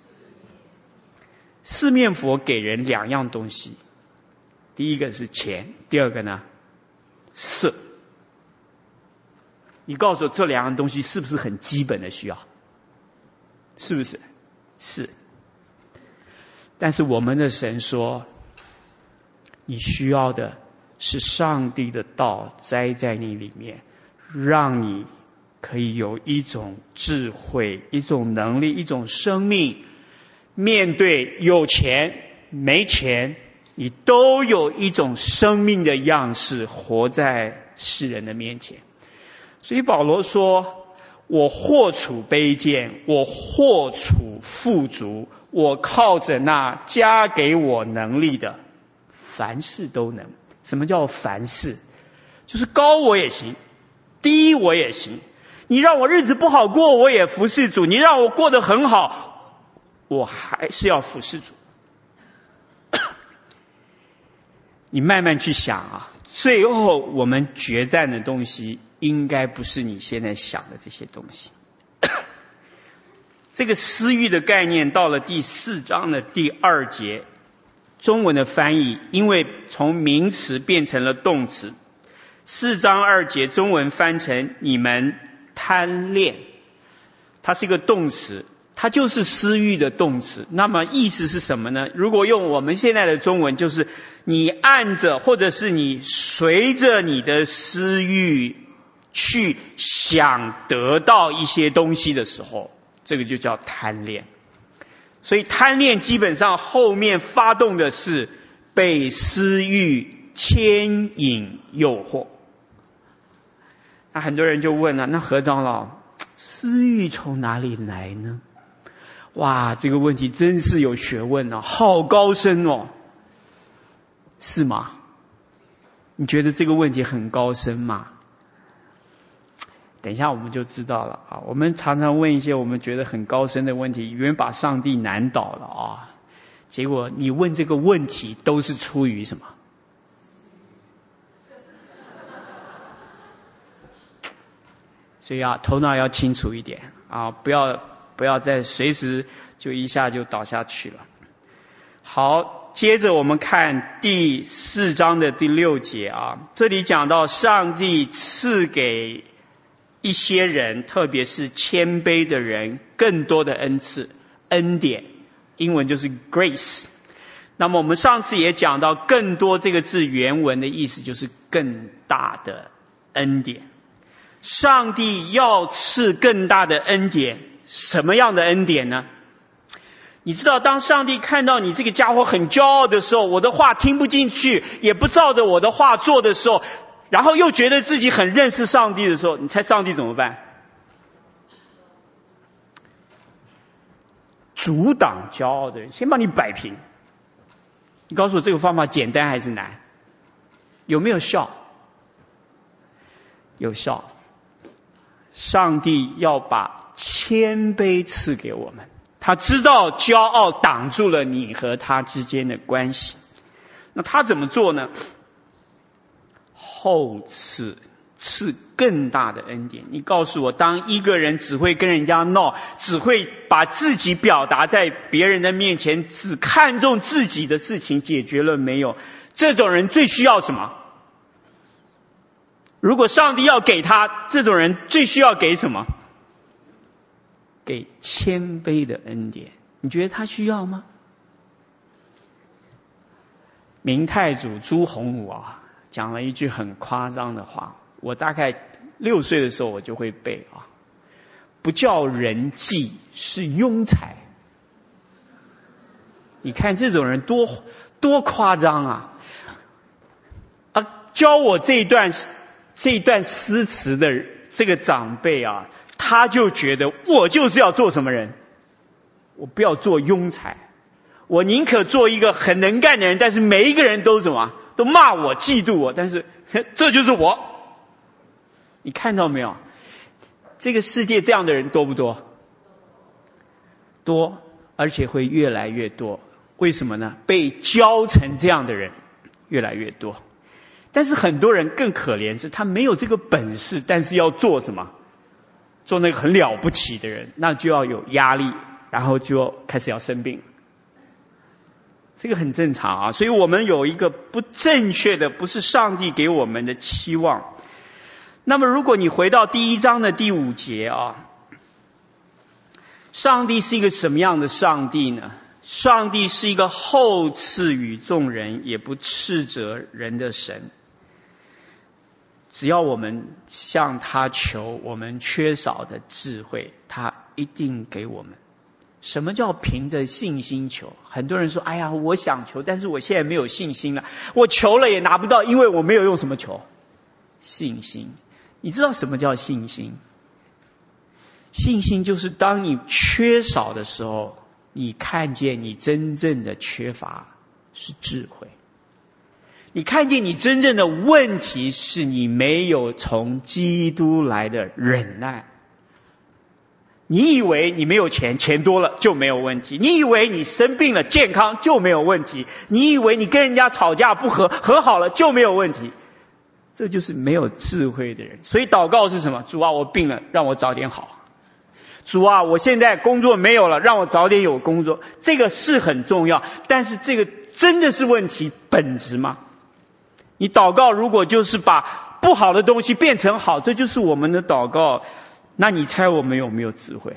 四面佛给人两样东西，第一个是钱，第二个呢色。 你告诉我这两样东西是不是很基本的需要？是不是？是。但是我们的神说，你需要的是上帝的道栽在你里面，让你可以有一种智慧，一种能力，一种生命，面对有钱没钱，你都有一种生命的样式活在世人的面前。所以保罗说，我或处卑贱，我或处富足，我靠着那加给我能力的，凡事都能。什么叫凡事？就是高我也行，低我也行，你让我日子不好过我也服侍主，你让我过得很好我还是要服侍主。你慢慢去想啊，最后我们决战的东西应该不是你现在想的这些东西。这个私欲的概念到了第四章的第二节，中文的翻译因为从名词变成了动词，四章二节中文翻成你们贪恋，它是一个动词，它就是私欲的动词。那么意思是什么呢？如果用我们现在的中文，就是你按着或者是你随着你的私欲去想得到一些东西的时候，这个就叫贪恋。所以贪恋基本上后面发动的是被私欲牵引诱惑。那很多人就问了，那何长老，私欲从哪里来呢？哇，这个问题真是有学问哦，好高深哦。是吗？你觉得这个问题很高深吗？等一下我们就知道了啊！我们常常问一些我们觉得很高深的问题，以为把上帝难倒了啊！结果你问这个问题都是出于什么？所以啊，头脑要清楚一点啊，不要不要再随时就一下就倒下去了。好，接着我们看第四章的第六节啊，这里讲到上帝赐给一些人，特别是谦卑的人，更多的恩赐，恩典，英文就是 grace。那么我们上次也讲到，更多这个字原文的意思就是更大的恩典。上帝要赐更大的恩典，什么样的恩典呢？你知道，当上帝看到你这个家伙很骄傲的时候，我的话听不进去，也不照着我的话做的时候，然后又觉得自己很认识上帝的时候，你猜上帝怎么办？阻挡骄傲的人，先把你摆平。你告诉我这个方法简单还是难？有没有效？有效。上帝要把谦卑赐给我们，他知道骄傲挡住了你和他之间的关系。那他怎么做呢？后赐赐更大的恩典。你告诉我，当一个人只会跟人家闹，只会把自己表达在别人的面前，只看重自己的事情解决了没有，这种人最需要什么？如果上帝要给他，这种人最需要给什么？给谦卑的恩典。你觉得他需要吗？明太祖朱洪武啊，讲了一句很夸张的话，我大概六岁的时候我就会背啊，不叫人忌，是庸才。你看这种人多多夸张啊！啊，教我这一段这一段诗词的这个长辈啊，他就觉得我就是要做什么人，我不要做庸才，我宁可做一个很能干的人，但是每一个人都什么都骂我嫉妒我，但是这就是我。你看到没有？这个世界这样的人多不多？多，而且会越来越多。为什么呢？被教成这样的人越来越多。但是很多人更可怜，是他没有这个本事，但是要做什么？做那个很了不起的人，那就要有压力，然后就要开始要生病。这个很正常啊，所以我们有一个不正确的，不是上帝给我们的期望。 那么如果你回到第一章的第五节啊，上帝是一个什么样的上帝呢？上帝是一个厚赐与众人，也不斥责人的神。只要我们向他求我们缺少的智慧，他一定给我们。什么叫凭着信心求？很多人说，哎呀，我想求，但是我现在没有信心了，我求了也拿不到，因为我没有用什么求？信心。你知道什么叫信心？信心就是当你缺少的时候，你看见你真正的缺乏是智慧，你看见你真正的问题是你没有从基督来的忍耐。你以为你没有钱，钱多了就没有问题，你以为你生病了健康就没有问题，你以为你跟人家吵架不和和好了就没有问题，这就是没有智慧的人。所以祷告是什么？主啊，我病了，让我早点好。主啊，我现在工作没有了，让我早点有工作。这个是很重要，但是这个真的是问题本质吗？你祷告如果就是把不好的东西变成好，这就是我们的祷告，那你猜我们有没有智慧？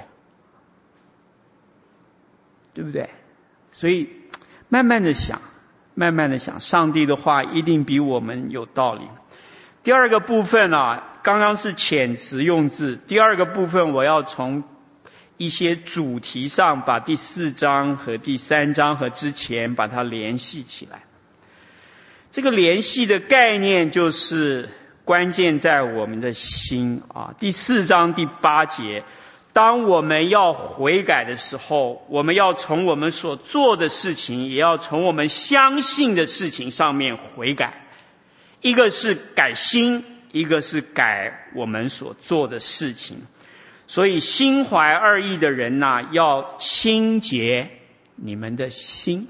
对不对？所以慢慢的想，慢慢的想，上帝的话一定比我们有道理。第二个部分啊，刚刚是遣词用字，第二个部分我要从一些主题上把第四章和第三章和之前把它联系起来。这个联系的概念就是关键在我们的心啊。第四章第八节，当我们要悔改的时候，我们要从我们所做的事情，也要从我们相信的事情上面悔改。一个是改心，一个是改我们所做的事情。所以心怀二意的人呐、啊，要清洁你们的心。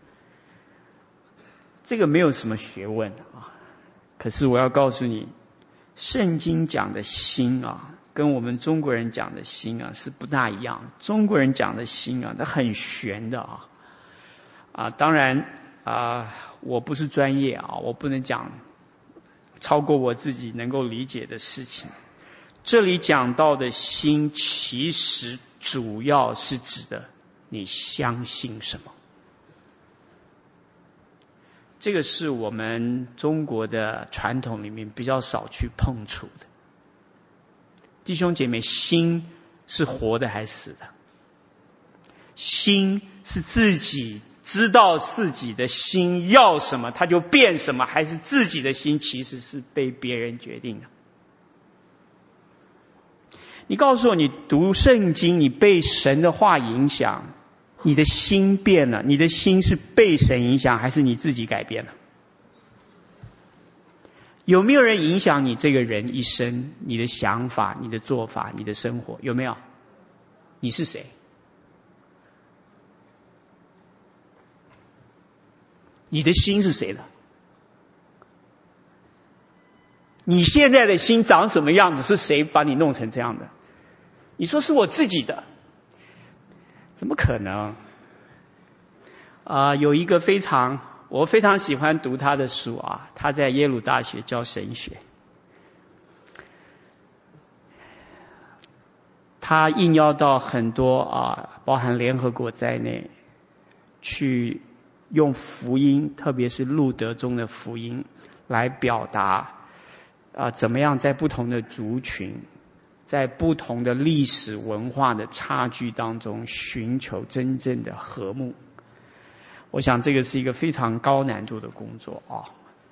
这个没有什么学问啊，可是我要告诉你，圣经讲的心啊，跟我们中国人讲的心啊是不大一样。中国人讲的心啊，它很玄的啊。啊，当然啊，我不是专业啊，我不能讲超过我自己能够理解的事情。这里讲到的心，其实主要是指的你相信什么。这个是我们中国的传统里面比较少去碰触的。弟兄姐妹，心是活的还是死的？心是自己知道自己的心要什么，他就变什么，还是自己的心其实是被别人决定的？你告诉我，你读圣经，你被神的话影响，你的心变了，你的心是被神影响，还是你自己改变了？有没有人影响你这个人一生？你的想法，你的做法，你的生活，有没有？你是谁？你的心是谁的？你现在的心长什么样子？是谁把你弄成这样的？你说是我自己的，怎么可能？啊、呃，有一个非常我非常喜欢读他的书啊，他在耶鲁大学教神学，他应邀到很多啊，包含联合国在内，去用福音，特别是路德中的福音，来表达啊，怎么样在不同的族群，在不同的历史文化的差距当中，寻求真正的和睦。我想这个是一个非常高难度的工作啊。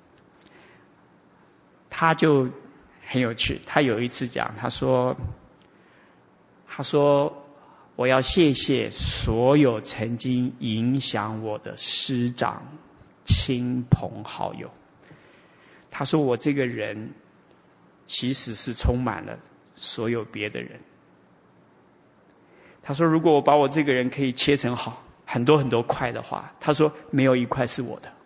他就很有趣，他有一次讲，他说，他说我要谢谢所有曾经影响我的师长、亲朋好友。他说我这个人其实是充满了所有别的人。他说如果我把我这个人可以切成好很多很多块的话，他说没有一块是我的，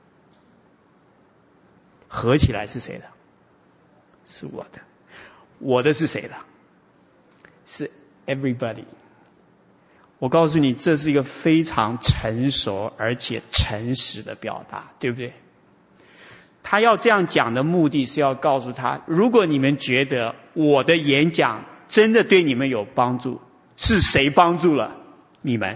合起来是谁的？是我的。我的是谁的？是 everybody。 我告诉你，这是一个非常成熟而且诚实的表达，对不对？ 他要这样讲的目的是要告诉他，如果你们觉得我的演讲真的对你们有帮助，是谁帮助了你们？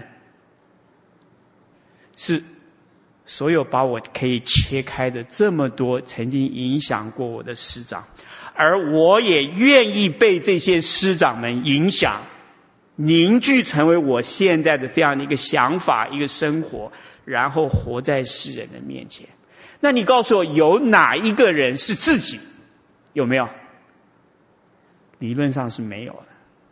是所有把我可以切开的这么多曾经影响过我的师长，而我也愿意被这些师长们影响，凝聚成为我现在的这样的一个想法，一个生活，然后活在世人的面前。那你告诉我，有哪一个人是自己？有没有？理论上是没有的。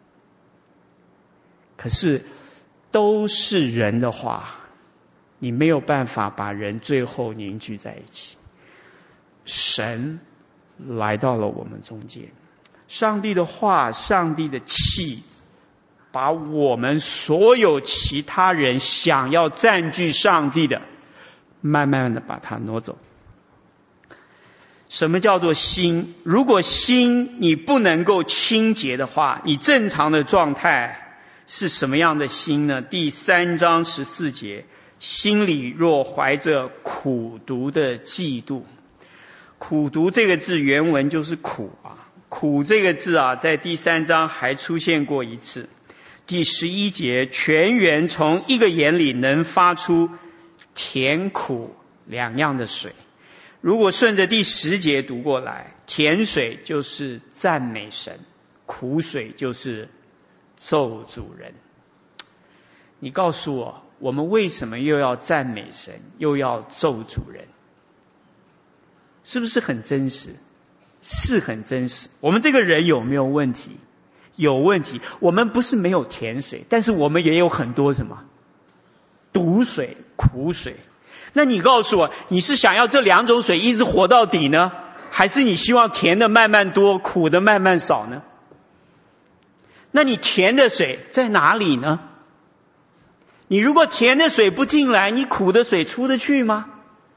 可是都是人的话，你没有办法把人最后凝聚在一起。神来到了我们中间，上帝的话，上帝的气，把我们所有其他人想要占据上帝的，慢慢的把它挪走。什么叫做心？如果心你不能够清洁的话，你正常的状态是什么样的心呢？第三章十四节，心里若怀着苦毒的嫉妒。苦毒这个字原文就是苦啊，苦这个字啊，在第三章还出现过一次。第十一节，泉源从一个眼里能发出甜苦两样的水。如果顺着第十节读过来，甜水就是赞美神，苦水就是咒诅人。你告诉我，我们为什么又要赞美神，又要咒诅人？是不是很真实？是很真实。我们这个人有没有问题？有问题。我们不是没有甜水，但是我们也有很多什么？毒水、苦水。那你告诉我，你是想要这两种水一直活到底呢，还是你希望甜的慢慢多，苦的慢慢少呢？那你甜的水在哪里呢？你如果甜的水不进来，你苦的水出得去吗？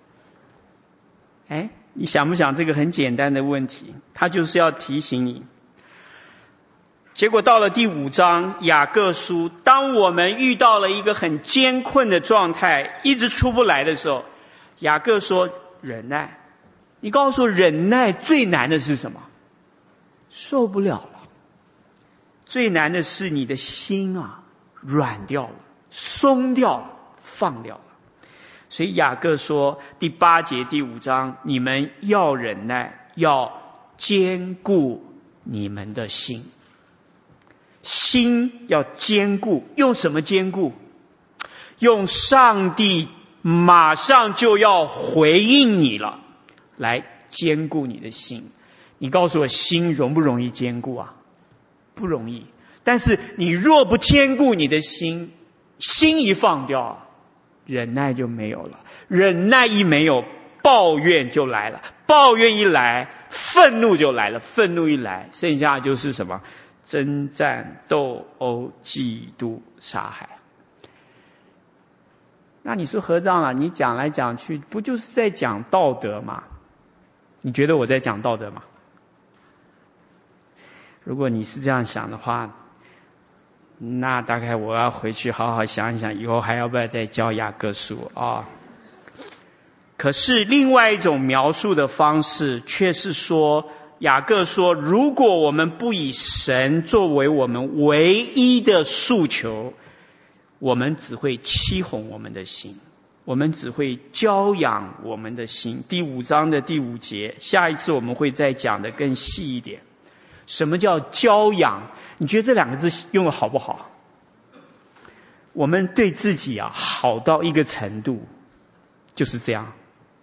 哎，你想不想这个很简单的问题？他就是要提醒你。结果到了第五章雅各书，当我们遇到了一个很艰困的状态，一直出不来的时候，雅各说忍耐。你告诉我，忍耐最难的是什么？受不了了。最难的是你的心啊软掉了，松掉了，放掉了。所以雅各说第八节第五章，你们要忍耐，要坚固你们的心。心要坚固，用什么坚固？用上帝马上就要回应你了，来坚固你的心。你告诉我，心容不容易坚固啊？不容易。但是你若不坚固你的心，心一放掉，忍耐就没有了。忍耐一没有，抱怨就来了。抱怨一来，愤怒就来了。愤怒一来，剩下就是什么？征战、斗殴、嫉妒、杀害。那你说合账了，你讲来讲去，不就是在讲道德吗？你觉得我在讲道德吗？如果你是这样想的话，那大概我要回去好好想一想，以后还要不要再教雅各书啊？可是另外一种描述的方式，却是说，雅各说，如果我们不以神作为我们唯一的诉求，我们只会欺哄我们的心，我们只会教养我们的心。第五章的第五节，下一次我们会再讲的更细一点。什么叫教养？你觉得这两个字用的好不好？我们对自己啊好到一个程度，就是这样，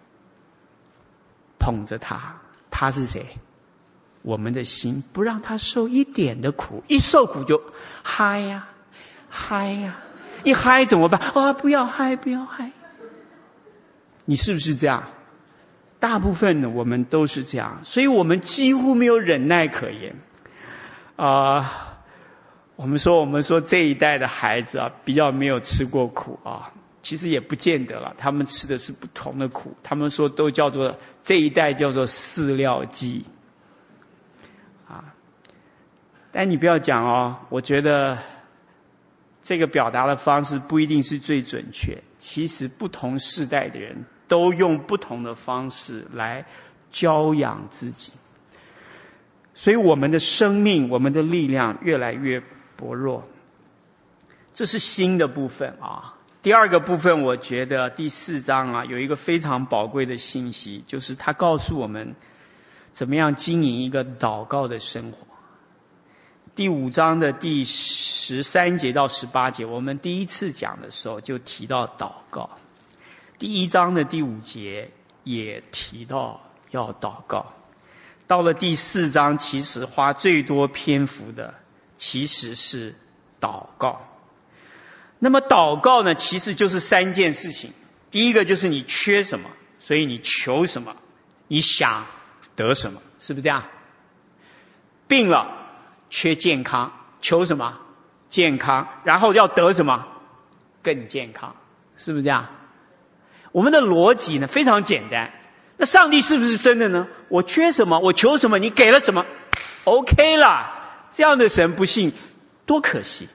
捧着他，他是谁？我们的心，不让他受一点的苦，一受苦就嗨呀嗨呀，一嗨怎么办？啊，不要嗨，不要嗨。你是不是这样？大部分的我们都是这样，所以我们几乎没有忍耐可言。啊、呃，我们说我们说这一代的孩子啊，比较没有吃过苦啊，其实也不见得了，他们吃的是不同的苦。他们说都叫做这一代叫做饲料鸡。啊，但你不要讲哦，我觉得这个表达的方式不一定是最准确。其实不同世代的人都用不同的方式来教养自己。所以我们的生命，我们的力量越来越薄弱。这是新的部分啊。第二个部分，我觉得第四章啊有一个非常宝贵的信息，就是它告诉我们怎么样经营一个祷告的生活。第五章的第十三节到十八节，我们第一次讲的时候就提到祷告。第一章的第五节也提到要祷告。到了第四章，其实花最多篇幅的其实是祷告。那么祷告呢，其实就是三件事情。第一个就是你缺什么，所以你求什么，你想得什么，是不是这样？病了，缺健康，求什么？健康，然后要得什么？更健康，是不是这样？我们的逻辑呢非常简单。那上帝是不是真的呢？我缺什么，我求什么，你给了什么 OK 啦。这样的神不信多可惜。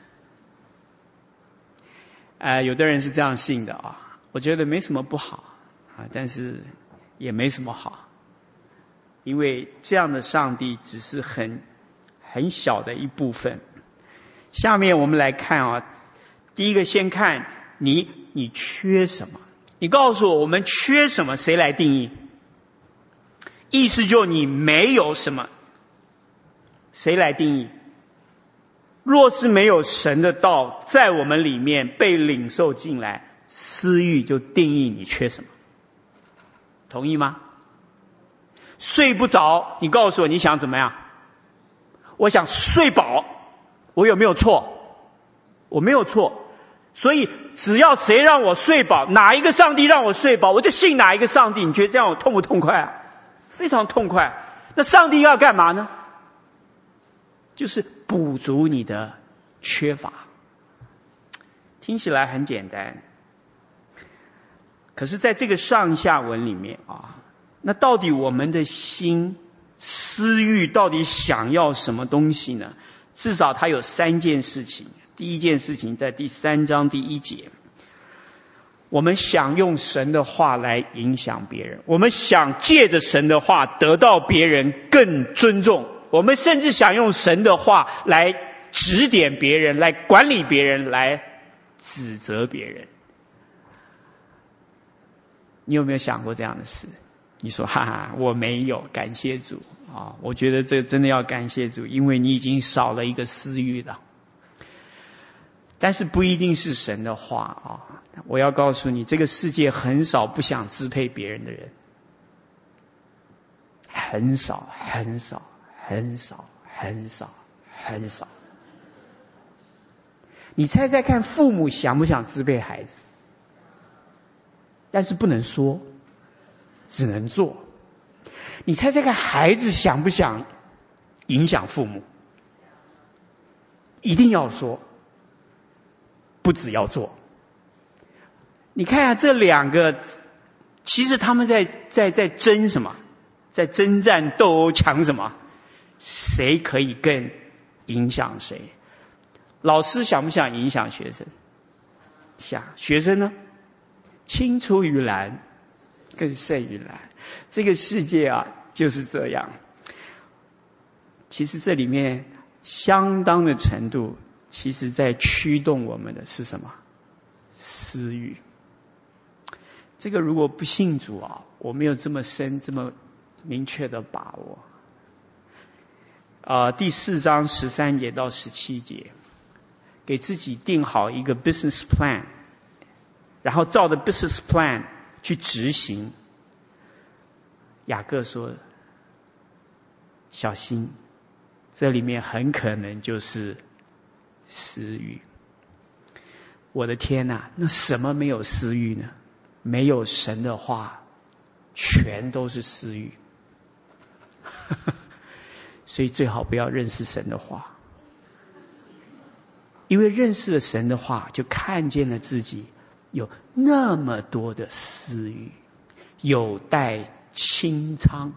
呃，有的人是这样信的啊，我觉得没什么不好啊，但是也没什么好，因为这样的上帝只是很很小的一部分。下面我们来看啊，第一个先看你你缺什么，你告诉我我们缺什么，谁来定义？意思就你没有什么，谁来定义？若是没有神的道在我们里面被领受进来，私欲就定义你缺什么，同意吗？睡不着，你告诉我你想怎么样？我想睡饱，我有没有错？我没有错。所以只要谁让我睡饱，哪一个上帝让我睡饱，我就信哪一个上帝。你觉得这样我痛不痛快啊？非常痛快。那上帝要干嘛呢？就是补足你的缺乏。听起来很简单，可是在这个上下文里面啊，那到底我们的心私欲到底想要什么东西呢？至少它有三件事情。第一件事情在第三章第一节，我们想用神的话来影响别人，我们想借着神的话得到别人更尊重，我们甚至想用神的话来指点别人，来管理别人，来指责别人。你有没有想过这样的事？你说哈哈，我没有，感谢主啊！我觉得这真的要感谢主，因为你已经少了一个私欲了。但是不一定是神的话啊！我要告诉你，这个世界很少不想支配别人的人，很少，很少，很少，很少，很少。你猜猜看，父母想不想支配孩子？但是不能说，只能做。你猜猜看，孩子想不想影响父母？一定要说，不只要做。你看啊，这两个其实他们在在在争什么？在征战斗殴，抢什么？谁可以更影响谁？老师想不想影响学生？想。学生呢？青出于蓝更胜于蓝。这个世界啊就是这样。其实这里面相当的程度，其实在驱动我们的是什么？私欲。这个如果不信主啊，我没有这么深这么明确的把握。呃，第四章十三节到十七节，给自己定好一个 business plan， 然后照着 business plan 去执行。雅各说，小心，这里面很可能就是私欲。我的天哪，那什么没有私欲呢？没有神的话，全都是私欲。所以最好不要认识神的话，因为认识了神的话，就看见了自己有那么多的私欲，有待清仓。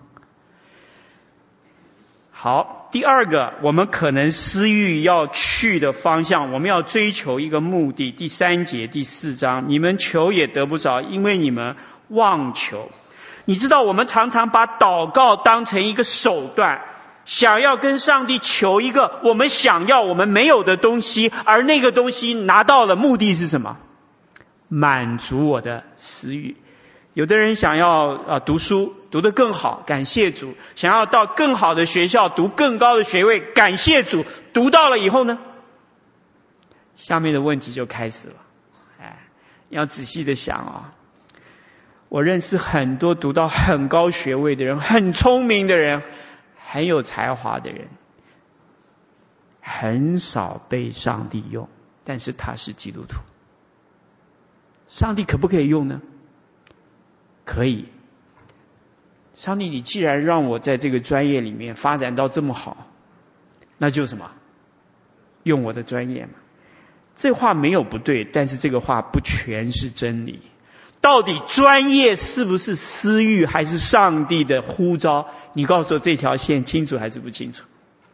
好，第二个，我们可能私欲要去的方向，我们要追求一个目的。第三节第四章，你们求也得不着，因为你们妄求。 你知道我们常常把祷告当成一个手段，想要跟上帝求一个我们想要我们没有的东西，而那个东西拿到了，目的是什么？满足我的私欲。有的人想要啊读书读得更好，感谢主；想要到更好的学校读更高的学位，感谢主。读到了以后呢，下面的问题就开始了。哎，你要仔细的想啊。我认识很多读到很高学位的人，很聪明的人，很有才华的人，很少被上帝用，但是他是基督徒。上帝可不可以用呢？可以。上帝，你既然让我在这个专业里面发展到这么好，那就什么？用我的专业嘛。这话没有不对，但是这个话不全是真理。到底专业是不是私欲还是上帝的呼召？你告诉我这条线清楚还是不清楚？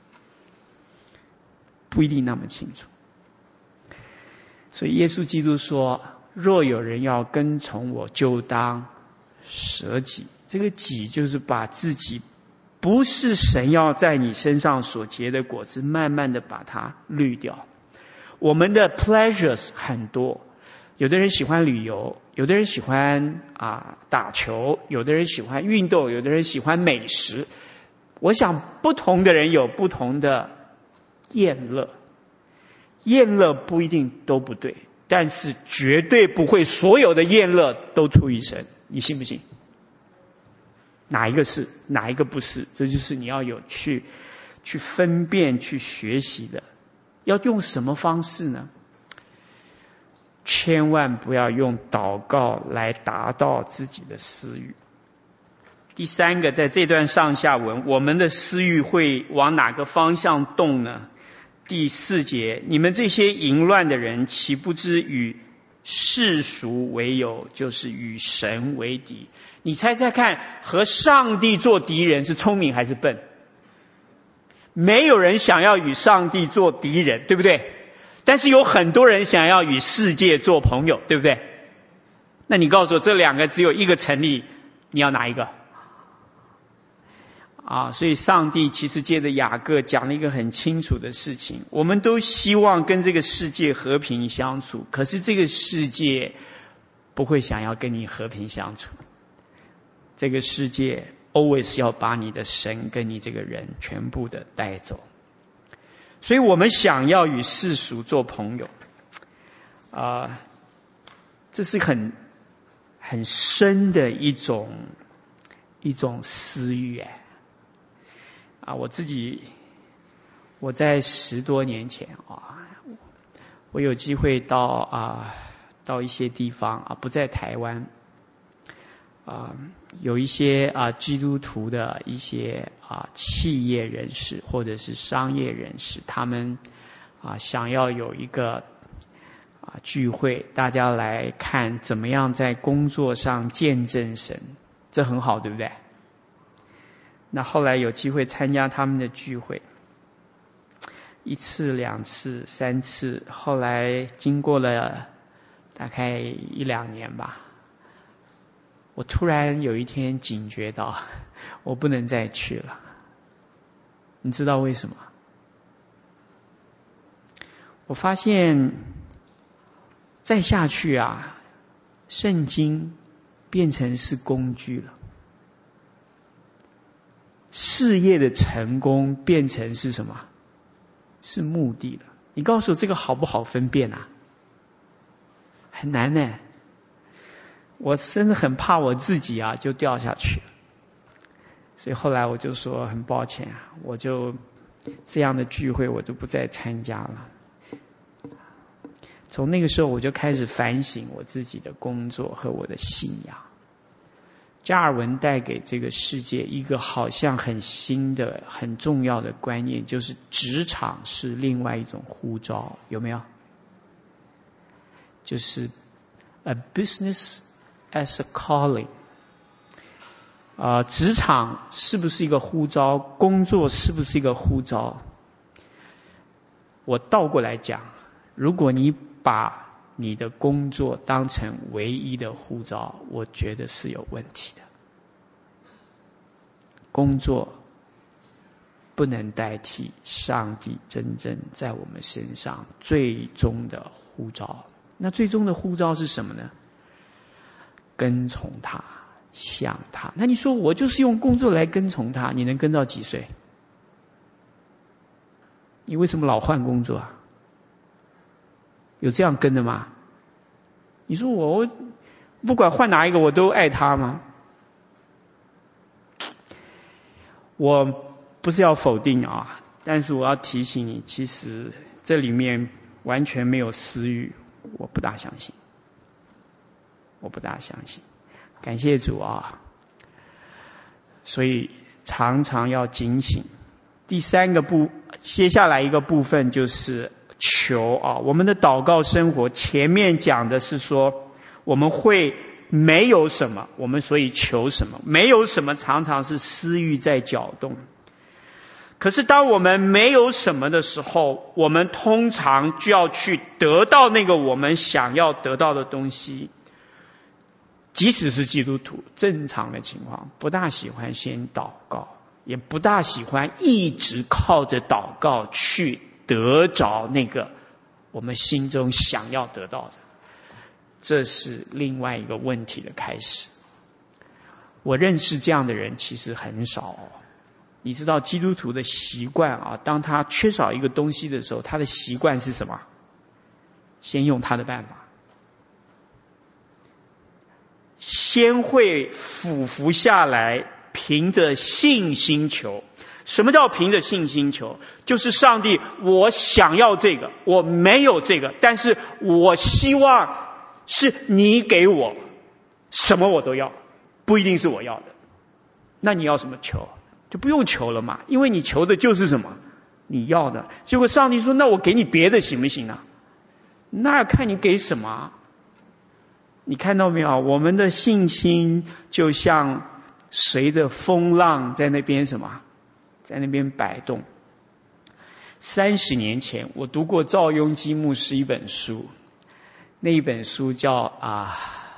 不一定那么清楚。所以耶稣基督说，若有人要跟从我，就当舍己。这个己就是把自己不是神要在你身上所结的果子，慢慢的把它滤掉。我们的 pleasures 很多，有的人喜欢旅游，有的人喜欢啊打球，有的人喜欢运动，有的人喜欢美食。我想不同的人有不同的厌乐，厌乐不一定都不对，但是绝对不会所有的厌乐都出于神，你信不信？哪一个是，哪一个不是？这就是你要有去去分辨、去学习的。要用什么方式呢？千万不要用祷告来达到自己的私欲。第三个，在这段上下文，我们的私欲会往哪个方向动呢？第四节，你们这些淫乱的人，岂不知与世俗为友，就是与神为敌？你猜猜看，和上帝做敌人是聪明还是笨？没有人想要与上帝做敌人，对不对？但是有很多人想要与世界做朋友，对不对？那你告诉我，这两个只有一个成立，你要哪一个？啊，所以上帝其实借着雅各讲了一个很清楚的事情，我们都希望跟这个世界和平相处，可是这个世界不会想要跟你和平相处，这个世界 always 要把你的神跟你这个人全部的带走。所以我们想要与世俗做朋友啊、呃，这是很很深的一种一种私欲哎啊！我自己我在十多年前啊，我有机会到啊到一些地方啊，不在台湾啊，有一些啊基督徒的一些啊企业人士或者是商业人士，他们啊想要有一个啊聚会，大家来看怎么样在工作上见证神，这很好，对不对？那后来有机会参加他们的聚会，一次两次三次，后来经过了大概一两年吧，我突然有一天警觉到我不能再去了。你知道为什么？我发现再下去啊，圣经变成是工具了，事业的成功变成是什么？是目的了。你告诉我这个好不好分辨啊？很难呢。我真的很怕我自己啊就掉下去了，所以后来我就说很抱歉啊，我就这样的聚会我就不再参加了。从那个时候我就开始反省我自己的工作和我的信仰。加尔文带给这个世界一个好像很新的很重要的观念，就是职场是另外一种呼召，有没有？就是 a business as a calling。啊，职场是不是一个呼召？工作是不是一个呼召？我倒过来讲，如果你把你的工作当成唯一的呼召，我觉得是有问题的。 工作不能代替上帝真正在我们身上最终的呼召。那最终的呼召是什么呢？跟从他，像他。那你说我就是用工作来跟从他，你能跟到几岁？你为什么老换工作啊？有这样跟的吗？你说我不管换哪一个我都爱他吗？我不是要否定啊，但是我要提醒你，其实这里面完全没有私欲，我不大相信，我不大相信。感谢主啊！所以常常要警醒。第三个部，接下来一个部分就是求啊，我们的祷告生活前面讲的是说，我们会没有什么，我们所以求什么，没有什么常常是私欲在搅动。可是当我们没有什么的时候，我们通常就要去得到那个我们想要得到的东西。即使是基督徒，正常的情况不大喜欢先祷告，也不大喜欢一直靠着祷告去得着那个我们心中想要得到的。这是另外一个问题的开始。我认识这样的人其实很少哦。你知道基督徒的习惯啊，当他缺少一个东西的时候，他的习惯是什么？先用他的办法，先会俯伏下来，凭着信心求。什么叫凭着信心求？就是上帝，我想要这个，我没有这个，但是我希望是你给我，什么我都要，不一定是我要的。那你要什么求？就不用求了嘛，因为你求的就是什么？你要的。结果上帝说，那我给你别的行不行啊？那要看你给什么。你看到没有？我们的信心就像随着风浪在那边什么，在那边摆动。三十年前我读过赵雍基牧师一本书，那一本书叫啊，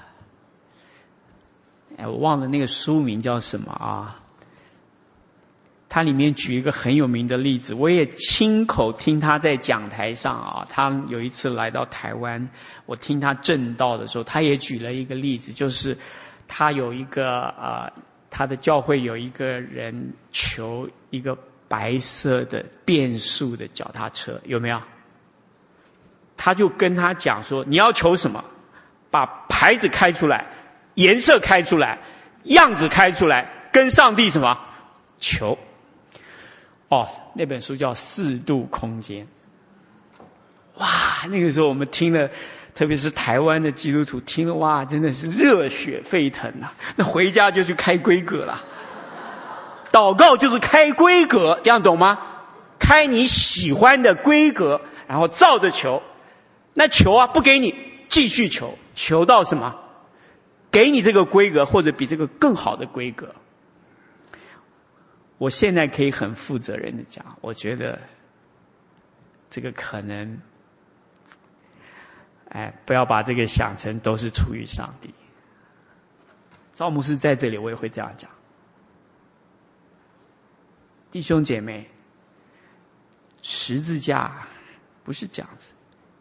哎，我忘了那个书名叫什么啊。他里面举一个很有名的例子，我也亲口听他在讲台上啊，他有一次来到台湾，我听他证道的时候，他也举了一个例子，就是他有一个啊、呃，他的教会有一个人求一个白色的变速的脚踏车，有没有？他就跟他讲说，你要求什么？把牌子开出来，颜色开出来，样子开出来，跟上帝什么求。哦，那本书叫《四度空间》。哇，那个时候我们听了，特别是台湾的基督徒听了，哇，真的是热血沸腾啊！那回家就去开规格了。祷告就是开规格，这样懂吗？开你喜欢的规格，然后照着求。那求啊，不给你继续求，求到什么？给你这个规格，或者比这个更好的规格。我现在可以很负责任的讲，我觉得这个可能，哎，不要把这个想成都是出于上帝。赵牧师在这里，我也会这样讲。弟兄姐妹，十字架不是这样子。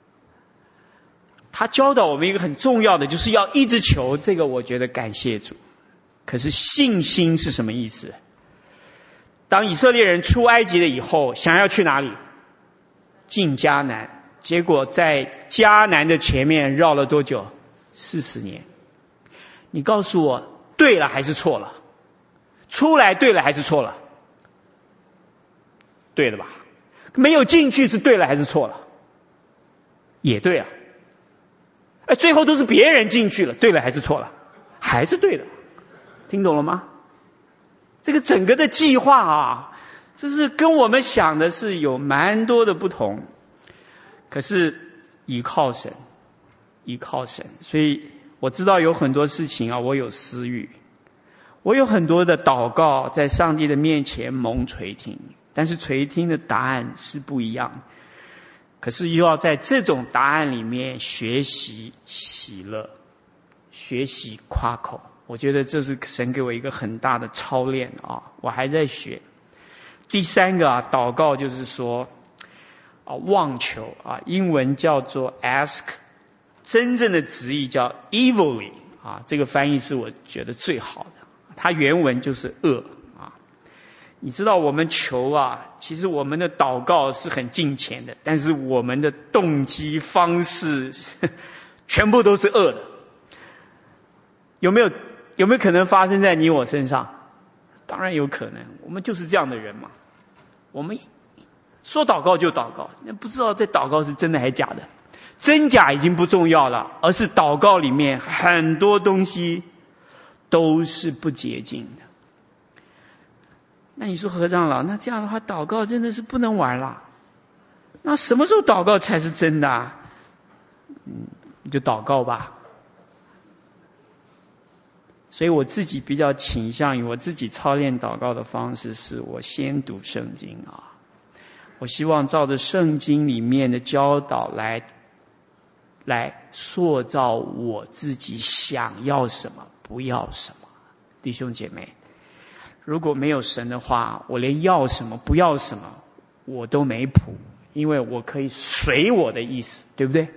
他教导我们一个很重要的，就是要一直求，这个我觉得感谢主。可是信心是什么意思？当以色列人出埃及了以后，想要去哪里？进迦南。结果在迦南的前面绕了多久？四十年。你告诉我，对了还是错了？出来对了还是错了？对了吧？没有进去是对了还是错了？也对啊。哎，最后都是别人进去了，对了还是错了？还是对的。听懂了吗？这个整个的计划啊，就是跟我们想的是有蛮多的不同。可是依靠神，依靠神，所以我知道有很多事情啊，我有私欲，我有很多的祷告在上帝的面前蒙垂听，但是垂听的答案是不一样的。可是又要在这种答案里面学习喜乐，学习夸口。 我觉得这是神给我一个很大的操练啊，我还在学。第三个啊，祷告就是说啊，妄求啊，英文叫做 ask， 真正的直译叫 evilly 啊，这个翻译是我觉得最好的，它原文就是恶啊。你知道我们求啊，其实我们的祷告是很敬虔的，但是我们的动机方式全部都是恶的。有没有有没有可能发生在你我身上？当然有可能，我们就是这样的人嘛。我们说祷告就祷告，那不知道这祷告是真的还是假的。真假已经不重要了，而是祷告里面很多东西都是不洁净的。那你说何长老，那这样的话祷告真的是不能玩了。那什么时候祷告才是真的啊？嗯，你就祷告吧。所以我自己比较倾向于我自己操练祷告的方式，是我先读圣经啊，我希望照着圣经里面的教导来来塑造我自己想要什么，不要什么。弟兄姐妹，如果没有神的话，我连要什么不要什么我都没谱，因为我可以随我的意思，对不对？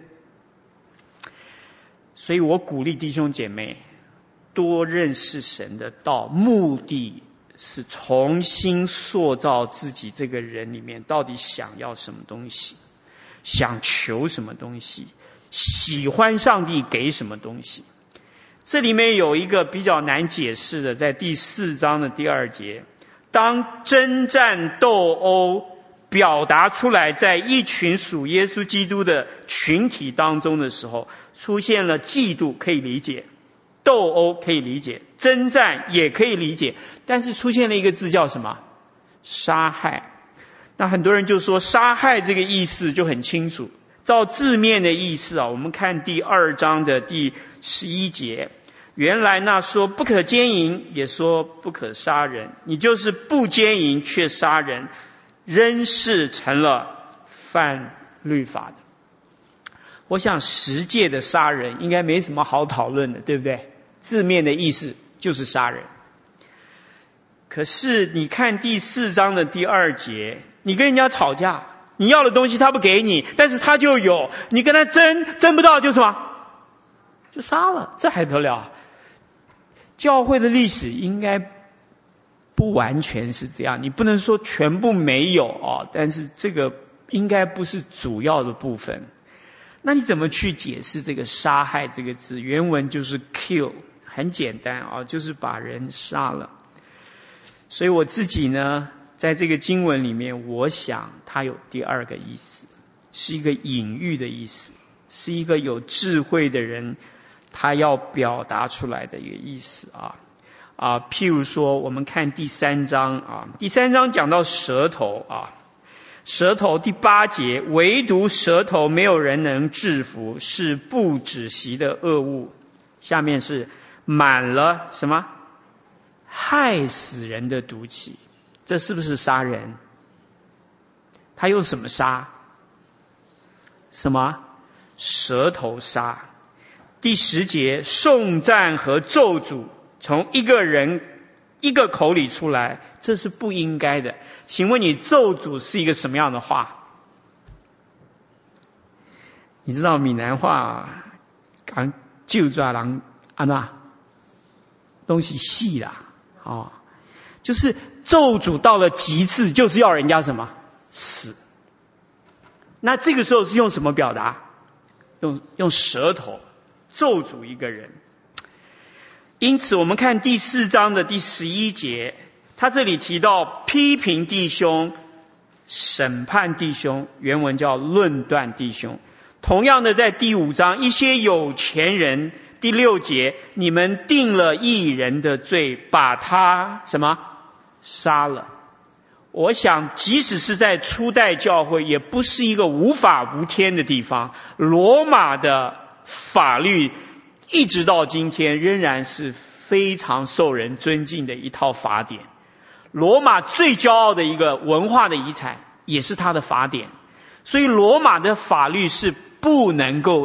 所以我鼓励弟兄姐妹多认识神的道，目的是重新塑造自己这个人里面到底想要什么东西，想求什么东西，喜欢上帝给什么东西。这里面有一个比较难解释的，在第四章的第二节，当征战斗殴表达出来在一群属耶稣基督的群体当中的时候，出现了嫉妒，可以理解，斗殴可以理解，征战也可以理解，但是出现了一个字叫什么？杀害。那很多人就说杀害这个意思就很清楚，照字面的意思啊，我们看第二章的第十一节，原来那说不可奸淫也说不可杀人，你就是不奸淫却杀人，仍是成了犯律法的。我想十诫的杀人应该没什么好讨论的，对不对？字面的意思就是杀人。可是你看第四章的第二节，你跟人家吵架，你要的东西他不给你，但是他就有，你跟他争争不到就什么？就杀了，这还得了？教会的历史应该不完全是这样，你不能说全部没有哦，但是这个应该不是主要的部分。那你怎么去解释这个杀害这个字？原文就是 kill， 很简单啊，就是把人杀了。所以我自己呢，在这个经文里面，我想它有第二个意思，是一个隐喻的意思，是一个有智慧的人他要表达出来的一个意思啊啊，譬如说我们看第三章啊，第三章讲到舌头啊，舌头第八节，唯独舌头没有人能制服，是不止息的恶物。下面是满了什么？害死人的毒气。这是不是杀人？他用什么杀？什么？舌头杀。第十节，颂赞和咒诅从一个人一个口里出来，这是不应该的。请问你咒诅是一个什么样的话？你知道闽南话讲就抓人啊那东西细啦哦，就是咒诅到了极致，就是要人家什么死。那这个时候是用什么表达？用用舌头咒诅一个人。因此我们看第四章的第十一节，他这里提到批评弟兄、审判弟兄，原文叫论断弟兄。同样的在第五章，一些有钱人，第六节，你们定了义人的罪，把他什么杀了。我想即使是在初代教会，也不是一个无法无天的地方。罗马的法律一直到今天仍然是非常受人尊敬的一套法典。罗马最骄傲的一个文化的遗产也是它的法典。所以罗马的法律是不能够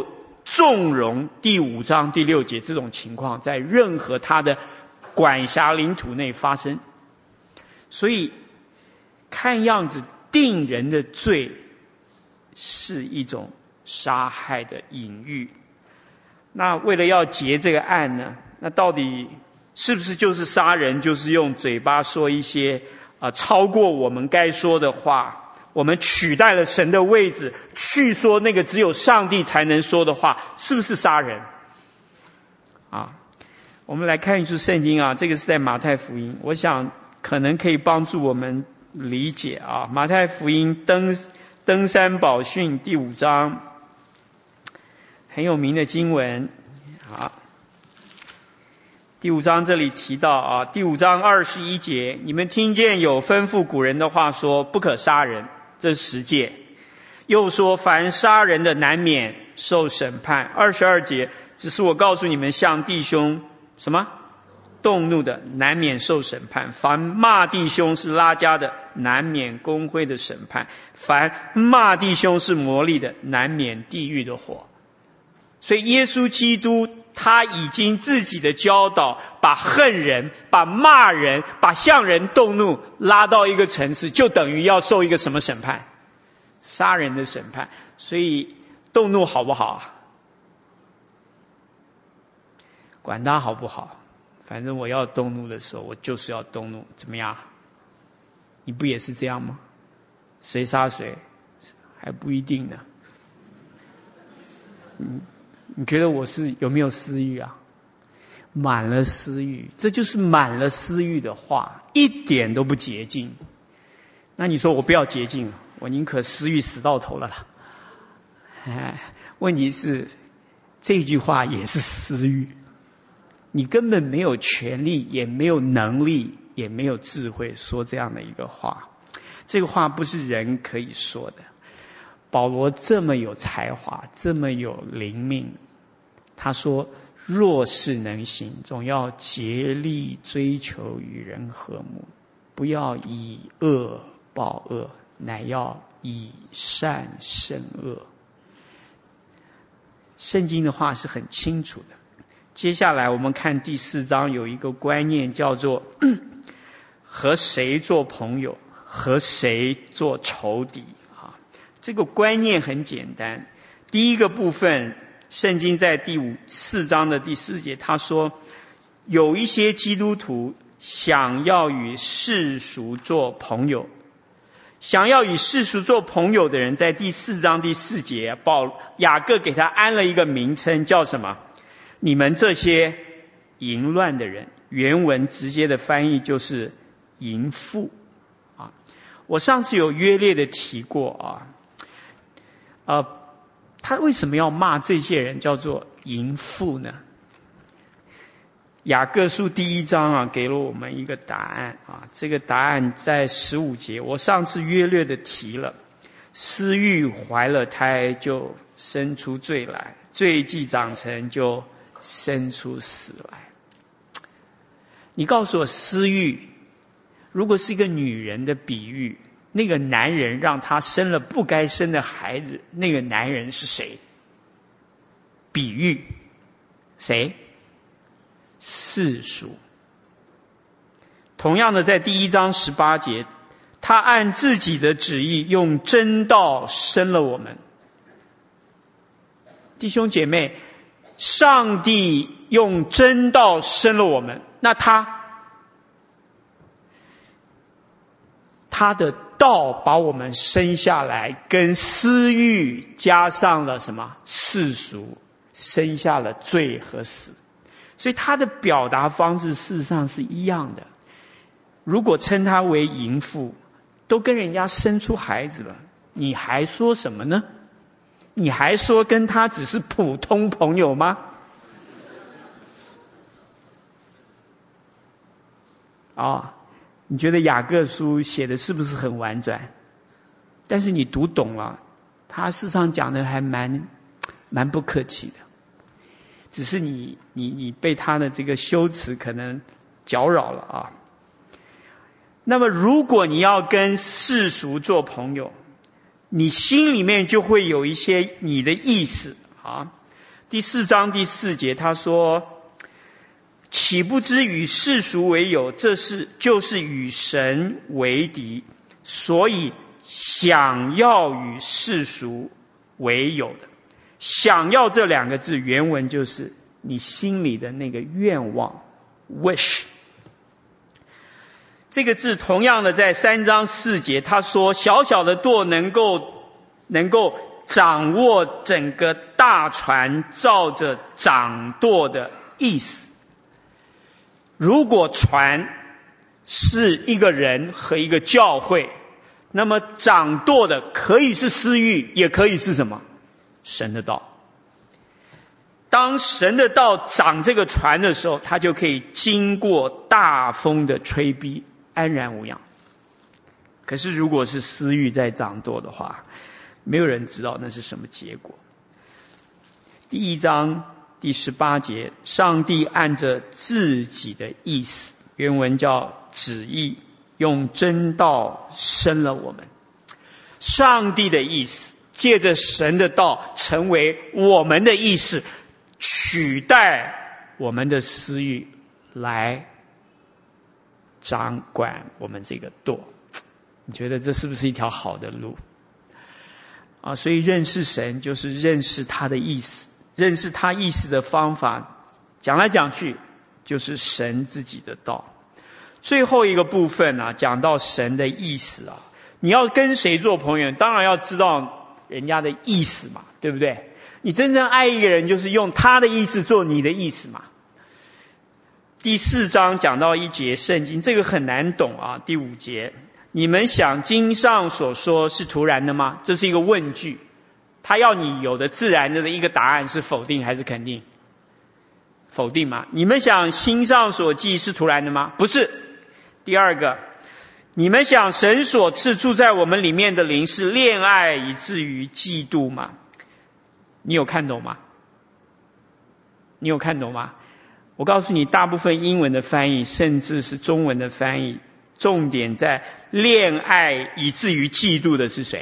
纵容第五章第六节这种情况在任何他的管辖领土内发生。所以看样子定人的罪是一种杀害的隐喻。那为了要结这个案呢，那到底是不是就是杀人，就是用嘴巴说一些啊、呃、超过我们该说的话，我们取代了神的位置，去说那个只有上帝才能说的话，是不是杀人啊？我们来看一处圣经啊，这个是在马太福音，我想可能可以帮助我们理解啊。马太福音登登山宝训第五章，很有名的经文啊。第五章这里提到啊，第五章二十一节，你们听见有吩咐古人的话说，不可杀人，这是十诫。又说，凡杀人的难免受审判。二十二节，只是我告诉你们，向弟兄什么动怒的，难免受审判；凡骂弟兄是拉加的，难免公会的审判；凡骂弟兄是魔力的，难免地狱的火。所以耶稣基督他已经自己的教导，把恨人、把骂人、把向人动怒拉到一个层次，就等于要受一个什么审判？杀人的审判。所以动怒好不好？管他好不好，反正我要动怒的时候，我就是要动怒，怎么样？你不也是这样吗？谁杀谁还不一定呢。嗯，你觉得我是有没有私欲啊？满了私欲，这就是满了私欲的话，一点都不洁净。那你说我不要洁净，我宁可私欲死到头了啦。哎，问题是这句话也是私欲，你根本没有权利，也没有能力，也没有智慧说这样的一个话。这个话不是人可以说的。保罗这么有才华，这么有灵命，他说若是能行，总要竭力追求与人和睦，不要以恶报恶，乃要以善胜恶。圣经的话是很清楚的。接下来我们看第四章，有一个观念叫做和谁做朋友，和谁做仇敌。这个观念很简单。第一个部分，圣经在第五四章的第四节，他说有一些基督徒想要与世俗做朋友，想要与世俗做朋友的人，在第四章第四节，保雅各给他安了一个名称，叫什么？你们这些淫乱的人。原文直接的翻译就是淫妇啊。我上次有约略的提过啊。呃，他为什么要骂这些人叫做淫妇呢？雅各书第一章啊，给了我们一个答案啊。这个答案在十五节，我上次约略的提了。私欲怀了胎，就生出罪来；罪既长成，就生出死来。你告诉我，私欲如果是一个女人的比喻，那个男人让他生了不该生的孩子，那个男人是谁？比喻谁？世俗。同样的，在第一章十八节，他按自己的旨意用真道生了我们。弟兄姐妹，上帝用真道生了我们，那他他的道把我们生下来，跟私欲加上了什么？世俗，生下了罪和死。所以他的表达方式事实上是一样的。如果称他为淫妇，都跟人家生出孩子了，你还说什么呢？你还说跟他只是普通朋友吗？啊，你觉得雅各书写的是不是很婉转？但是你读懂了，他事实上讲的还蛮蛮不客气的，只是你你你被他的这个修辞可能搅扰了啊。那么如果你要跟世俗做朋友，你心里面就会有一些你的意思啊。 第四章第四节他说，岂不知与世俗为友，这是就是与神为敌，所以想要与世俗为友的。想要这两个字原文就是你心里的那个愿望 wish。 这个字同样的在三章四节他说，小小的舵能够能够掌握整个大船，照着掌舵的意思。如果船是一个人和一个教会，那么掌舵的可以是私欲，也可以是什么？神的道。当神的道掌这个船的时候，它就可以经过大风的吹逼，安然无恙。可是如果是私欲在掌舵的话，没有人知道那是什么结果。第一章第十八节，上帝按着自己的意思，原文叫旨意，用真道生了我们。上帝的意思借着神的道成为我们的意识，取代我们的私欲来掌管我们这个舵。你觉得这是不是一条好的路啊？所以认识神就是认识他的意思，认识他意思的方法，讲来讲去就是神自己的道。最后一个部分啊，讲到神的意思啊，你要跟谁做朋友，当然要知道人家的意思嘛，对不对？你真正爱一个人，就是用他的意思做你的意思嘛。第四章讲到一节圣经，这个很难懂啊。第五节，你们想经上所说是突然的吗？这是一个问句，他要你有的自然的一个答案是否定还是肯定？否定嘛。你们想心上所记是突然的吗？不是。第二个，你们想神所赐住在我们里面的灵是恋爱以至于嫉妒吗？你有看懂吗？你有看懂吗？我告诉你，大部分英文的翻译甚至是中文的翻译，重点在恋爱以至于嫉妒的是谁？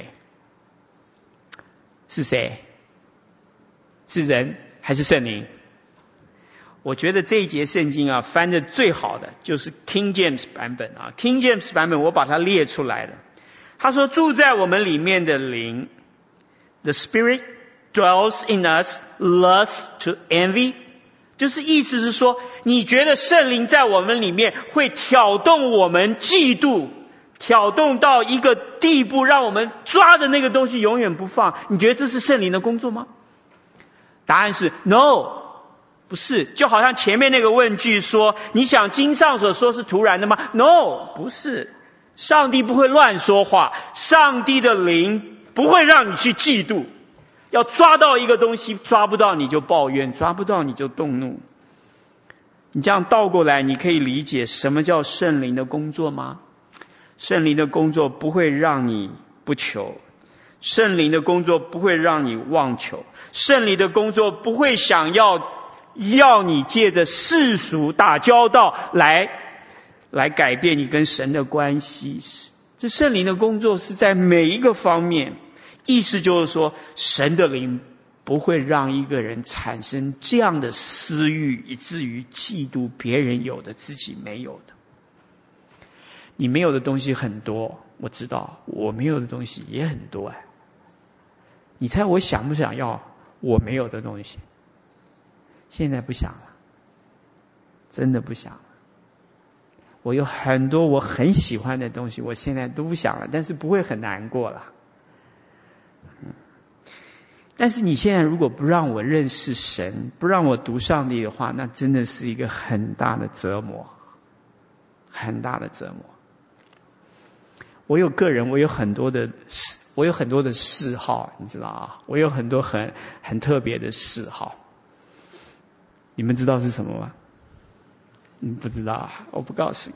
是谁？是人还是圣灵？我觉得这一节圣经啊，翻的最好的就是 King James 版本啊 King James 版本我把它列出来了。他说住在我们里面的灵 The Spirit dwells in us, lust to envy， 就是意思是说，你觉得圣灵在我们里面会挑动我们嫉妒，挑动到一个地步，让我们抓着那个东西永远不放，你觉得这是圣灵的工作吗？答案是 No， 不是。就好像前面那个问句说，你想经上所说是突然的吗？ No， 不是。上帝不会乱说话，上帝的灵不会让你去嫉妒。要抓到一个东西，抓不到你就抱怨，抓不到你就动怒。你这样倒过来，你可以理解什么叫圣灵的工作吗？圣灵的工作不会让你不求，圣灵的工作不会让你妄求，圣灵的工作不会想要要你借着世俗打交道来来改变你跟神的关系。这圣灵的工作是在每一个方面，意思就是说，神的灵不会让一个人产生这样的私欲，以至于嫉妒别人有的自己没有的。你没有的东西很多，我知道，我没有的东西也很多哎。你猜我想不想要我没有的东西？现在不想了，真的不想了。我有很多我很喜欢的东西，我现在都不想了，但是不会很难过了。嗯，但是你现在如果不让我认识神，不让我读上帝的话，那真的是一个很大的折磨，很大的折磨。我有个人，我有很多的，我有很多的嗜好，你知道啊，我有很多很很特别的嗜好。你们知道是什么吗？你不知道啊，我不告诉你。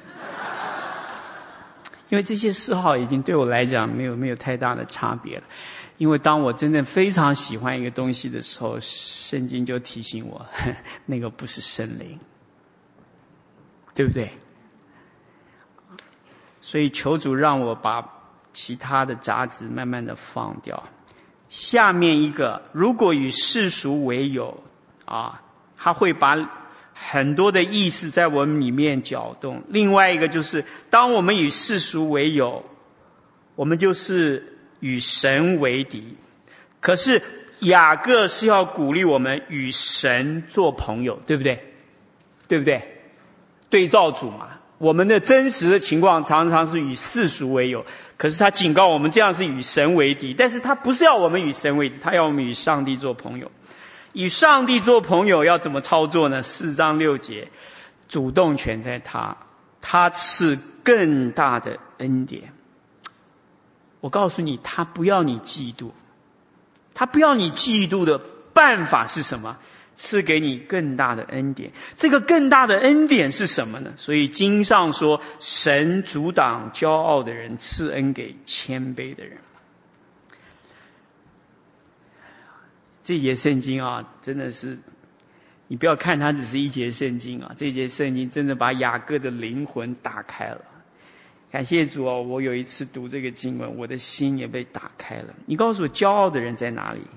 因为这些嗜好已经对我来讲没有没有太大的差别了。因为当我真正非常喜欢一个东西的时候，圣经就提醒我，那个不是圣灵，对不对？所以求主让我把其他的杂质慢慢的放掉， 下面一个，如果与世俗为友啊，他会把很多的意思在我们里面搅动。另外一个就是，当我们与世俗为友，我们就是与神为敌。可是雅各是要鼓励我们与神做朋友，对不对？对不对？对照组嘛。我们的真实的情况常常是与世俗为友，可是他警告我们这样是与神为敌。但是他不是要我们与神为敌，他要我们与上帝做朋友。与上帝做朋友要怎么操作呢？四章六节，主动权在他，他赐更大的恩典。我告诉你，他不要你嫉妒，他不要你嫉妒的办法是什么？赐给你更大的恩典。这个更大的恩典是什么呢？所以经上说，神阻挡骄傲的人，赐恩给谦卑的人。这节圣经啊，真的是，你不要看它只是一节圣经啊，这节圣经真的把雅各的灵魂打开了。感谢主哦，我有一次读这个经文，我的心也被打开了。你告诉我，骄傲的人在哪里？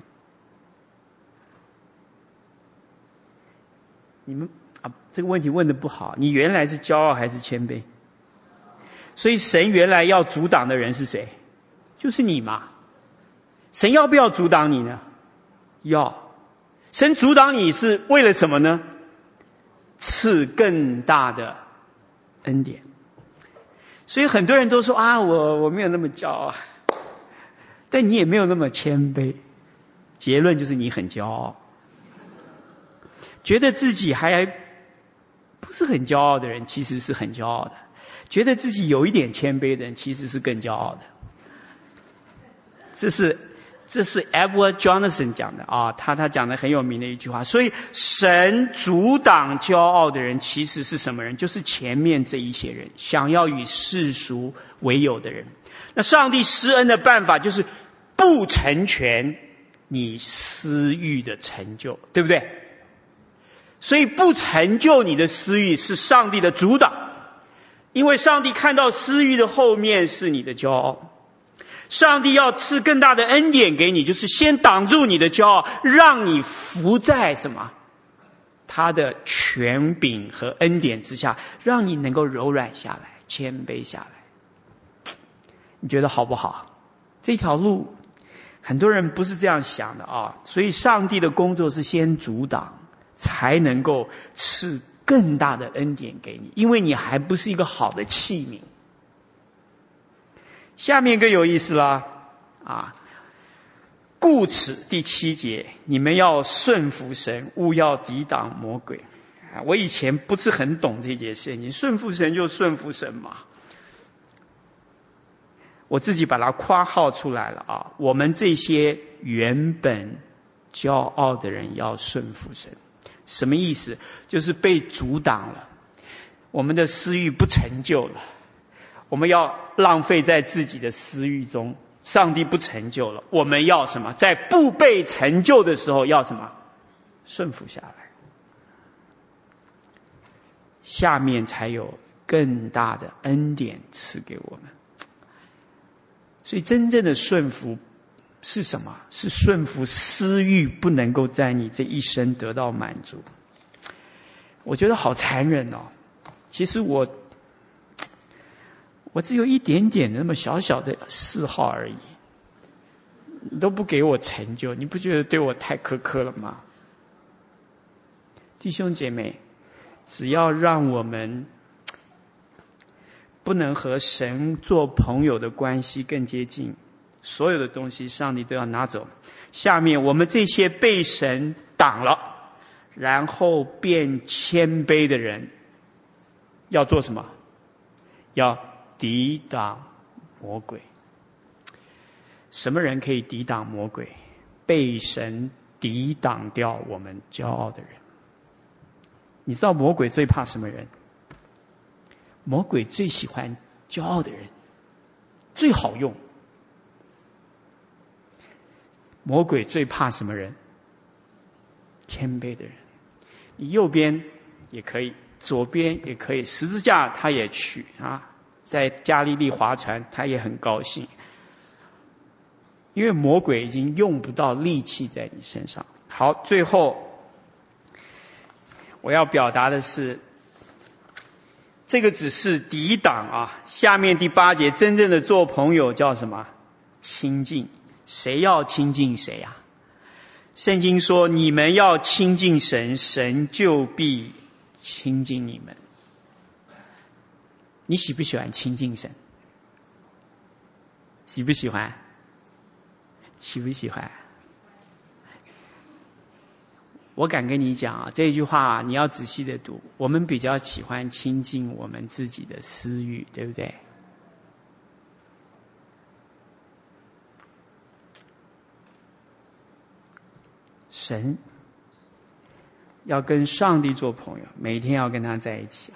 你们啊，这个问题问得不好。你原来是骄傲还是谦卑？所以神原来要阻挡的人是谁？就是你嘛。神要不要阻挡你呢？要。神阻挡你是为了什么呢？赐更大的恩典。所以很多人都说啊，我我没有那么骄傲，但你也没有那么谦卑。结论就是你很骄傲。觉得自己还不是很骄傲的人，其实是很骄傲的；觉得自己有一点谦卑的人，其实是更骄傲的。这是这是 Edward Johnson 讲的啊，他他讲的很有名的一句话。所以神阻挡骄傲的人，其实是什么人？就是前面这一些人，想要与世俗为友的人。那上帝施恩的办法就是不成全你私欲的成就，对不对？所以不成就你的私欲是上帝的阻挡，因为上帝看到私欲的后面是你的骄傲。上帝要赐更大的恩典给你，就是先挡住你的骄傲，让你伏在什么？他的权柄和恩典之下，让你能够柔软下来，谦卑下来。你觉得好不好？这条路很多人不是这样想的啊，所以上帝的工作是先阻挡，才能够赐更大的恩典给你，因为你还不是一个好的器皿。下面更有意思啦啊！故此第七节，你们要顺服神，勿要抵挡魔鬼。啊，我以前不是很懂这节圣经，顺服神就顺服神嘛。我自己把它括号出来了啊！我们这些原本骄傲的人要顺服神。什么意思？就是被阻挡了，我们的私欲不成就了，我们要浪费在自己的私欲中，上帝不成就了，我们要什么？在不被成就的时候要什么？顺服下来，下面才有更大的恩典赐给我们。所以真正的顺服是什么？是顺服私欲不能够在你这一生得到满足。我觉得好残忍哦。其实我我只有一点点那么小小的嗜好而已，你都不给我成就，你不觉得对我太苛刻了吗？弟兄姐妹，只要让我们不能和神做朋友的关系更接近，所有的东西上帝都要拿走。下面我们这些被神挡了，然后变谦卑的人要做什么？要抵挡魔鬼。什么人可以抵挡魔鬼？被神抵挡掉我们骄傲的人。你知道魔鬼最怕什么人？魔鬼最喜欢骄傲的人，最好用。魔鬼最怕什么人？谦卑的人。你右边也可以，左边也可以，十字架他也去啊，在加利利划船他也很高兴。 因为魔鬼已经用不到力气在你身上。好，最后我要表达的是，这个只是抵挡啊。下面第八节，真正的做朋友叫什么？亲近。谁要亲近谁啊？圣经说，你们要亲近神，神就必亲近你们。你喜不喜欢亲近神？喜不喜欢？喜不喜欢？我敢跟你讲啊，这句话你要仔细的读。我们比较喜欢亲近我们自己的私欲，对不对？神要跟上帝做朋友，每天要跟他在一起啊。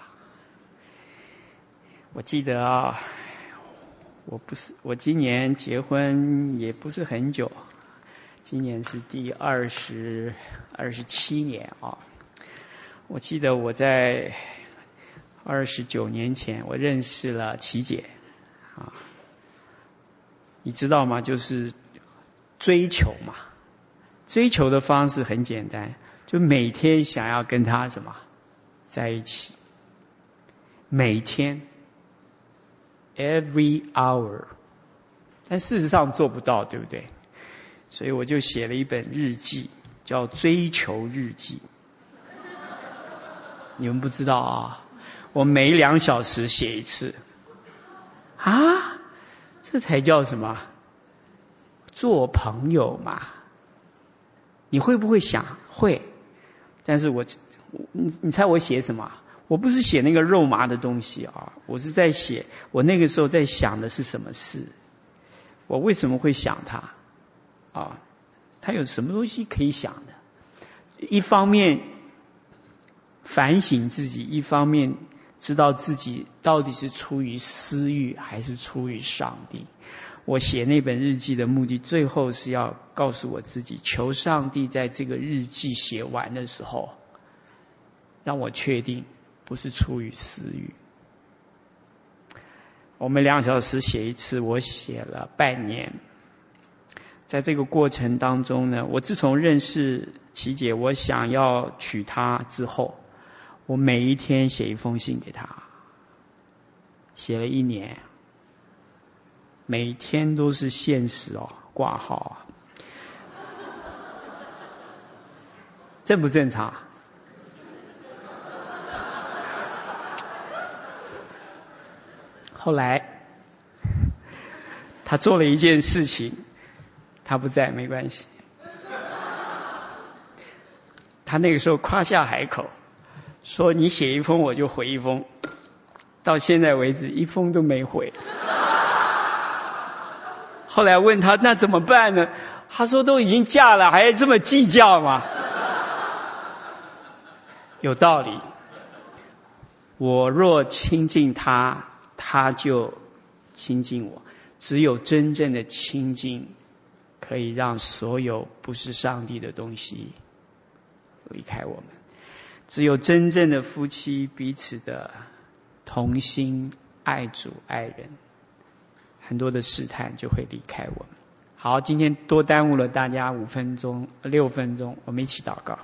我记得啊，我不是我今年结婚也不是很久，今年是第二十二十七年啊。我记得我在二十九年前，我认识了琪姐啊，你知道吗？就是追求嘛。追求的方式很简单，就每天想要跟他什么在一起，每天 every hour， 但事实上做不到，对不对？所以我就写了一本日记，叫追求日记。你们不知道啊，我每两小时写一次啊，这才叫什么做朋友嘛。你会不会想？会。但是我你你猜我写什么？我不是写那个肉麻的东西啊，我是在写我那个时候在想的是什么事，我为什么会想它啊？它有什么东西可以想的？一方面反省自己，一方面知道自己到底是出于私欲还是出于上帝。我写那本日记的目的，最后是要告诉我自己，求上帝在这个日记写完的时候，让我确定不是出于私欲。我们两小时写一次，我写了半年。在这个过程当中呢，我自从认识琪姐，我想要娶她之后，我每一天写一封信给她，写了一年。每天都是限时哦，挂号啊，正不正常？后来他做了一件事情，他不在没关系。他那个时候夸下海口，说你写一封我就回一封，到现在为止一封都没回。后来问他那怎么办呢？他说都已经嫁了还这么计较吗？有道理。我若亲近他，他就亲近我。只有真正的亲近，可以让所有不是上帝的东西离开我们。只有真正的夫妻彼此的同心爱主爱人，很多的试探就会离开我们。好，今天多耽误了大家五分钟六分钟，我们一起祷告。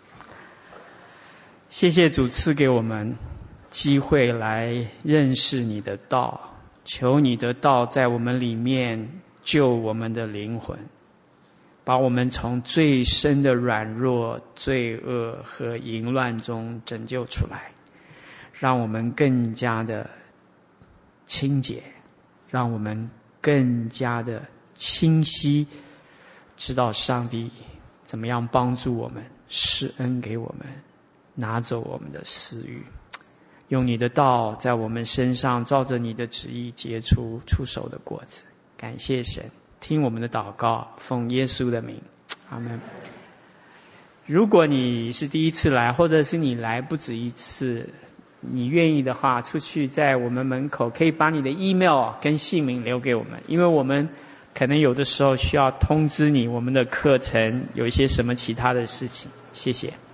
谢谢主赐给我们机会来认识你的道，求你的道在我们里面救我们的灵魂，把我们从最深的软弱、罪恶和淫乱中拯救出来，让我们更加的清洁，让我们更加的清晰，知道上帝怎么样帮助我们，施恩给我们，拿走我们的私欲。用你的道在我们身上，照着你的旨意结出出手的果子。感谢神，听我们的祷告，奉耶稣的名，阿们。如果你是第一次来，或者是你来不止一次，你愿意的话，出去在我们门口可以把你的 email 跟姓名留给我们，因为我们可能有的时候需要通知你我们的课程有一些什么其他的事情。谢谢。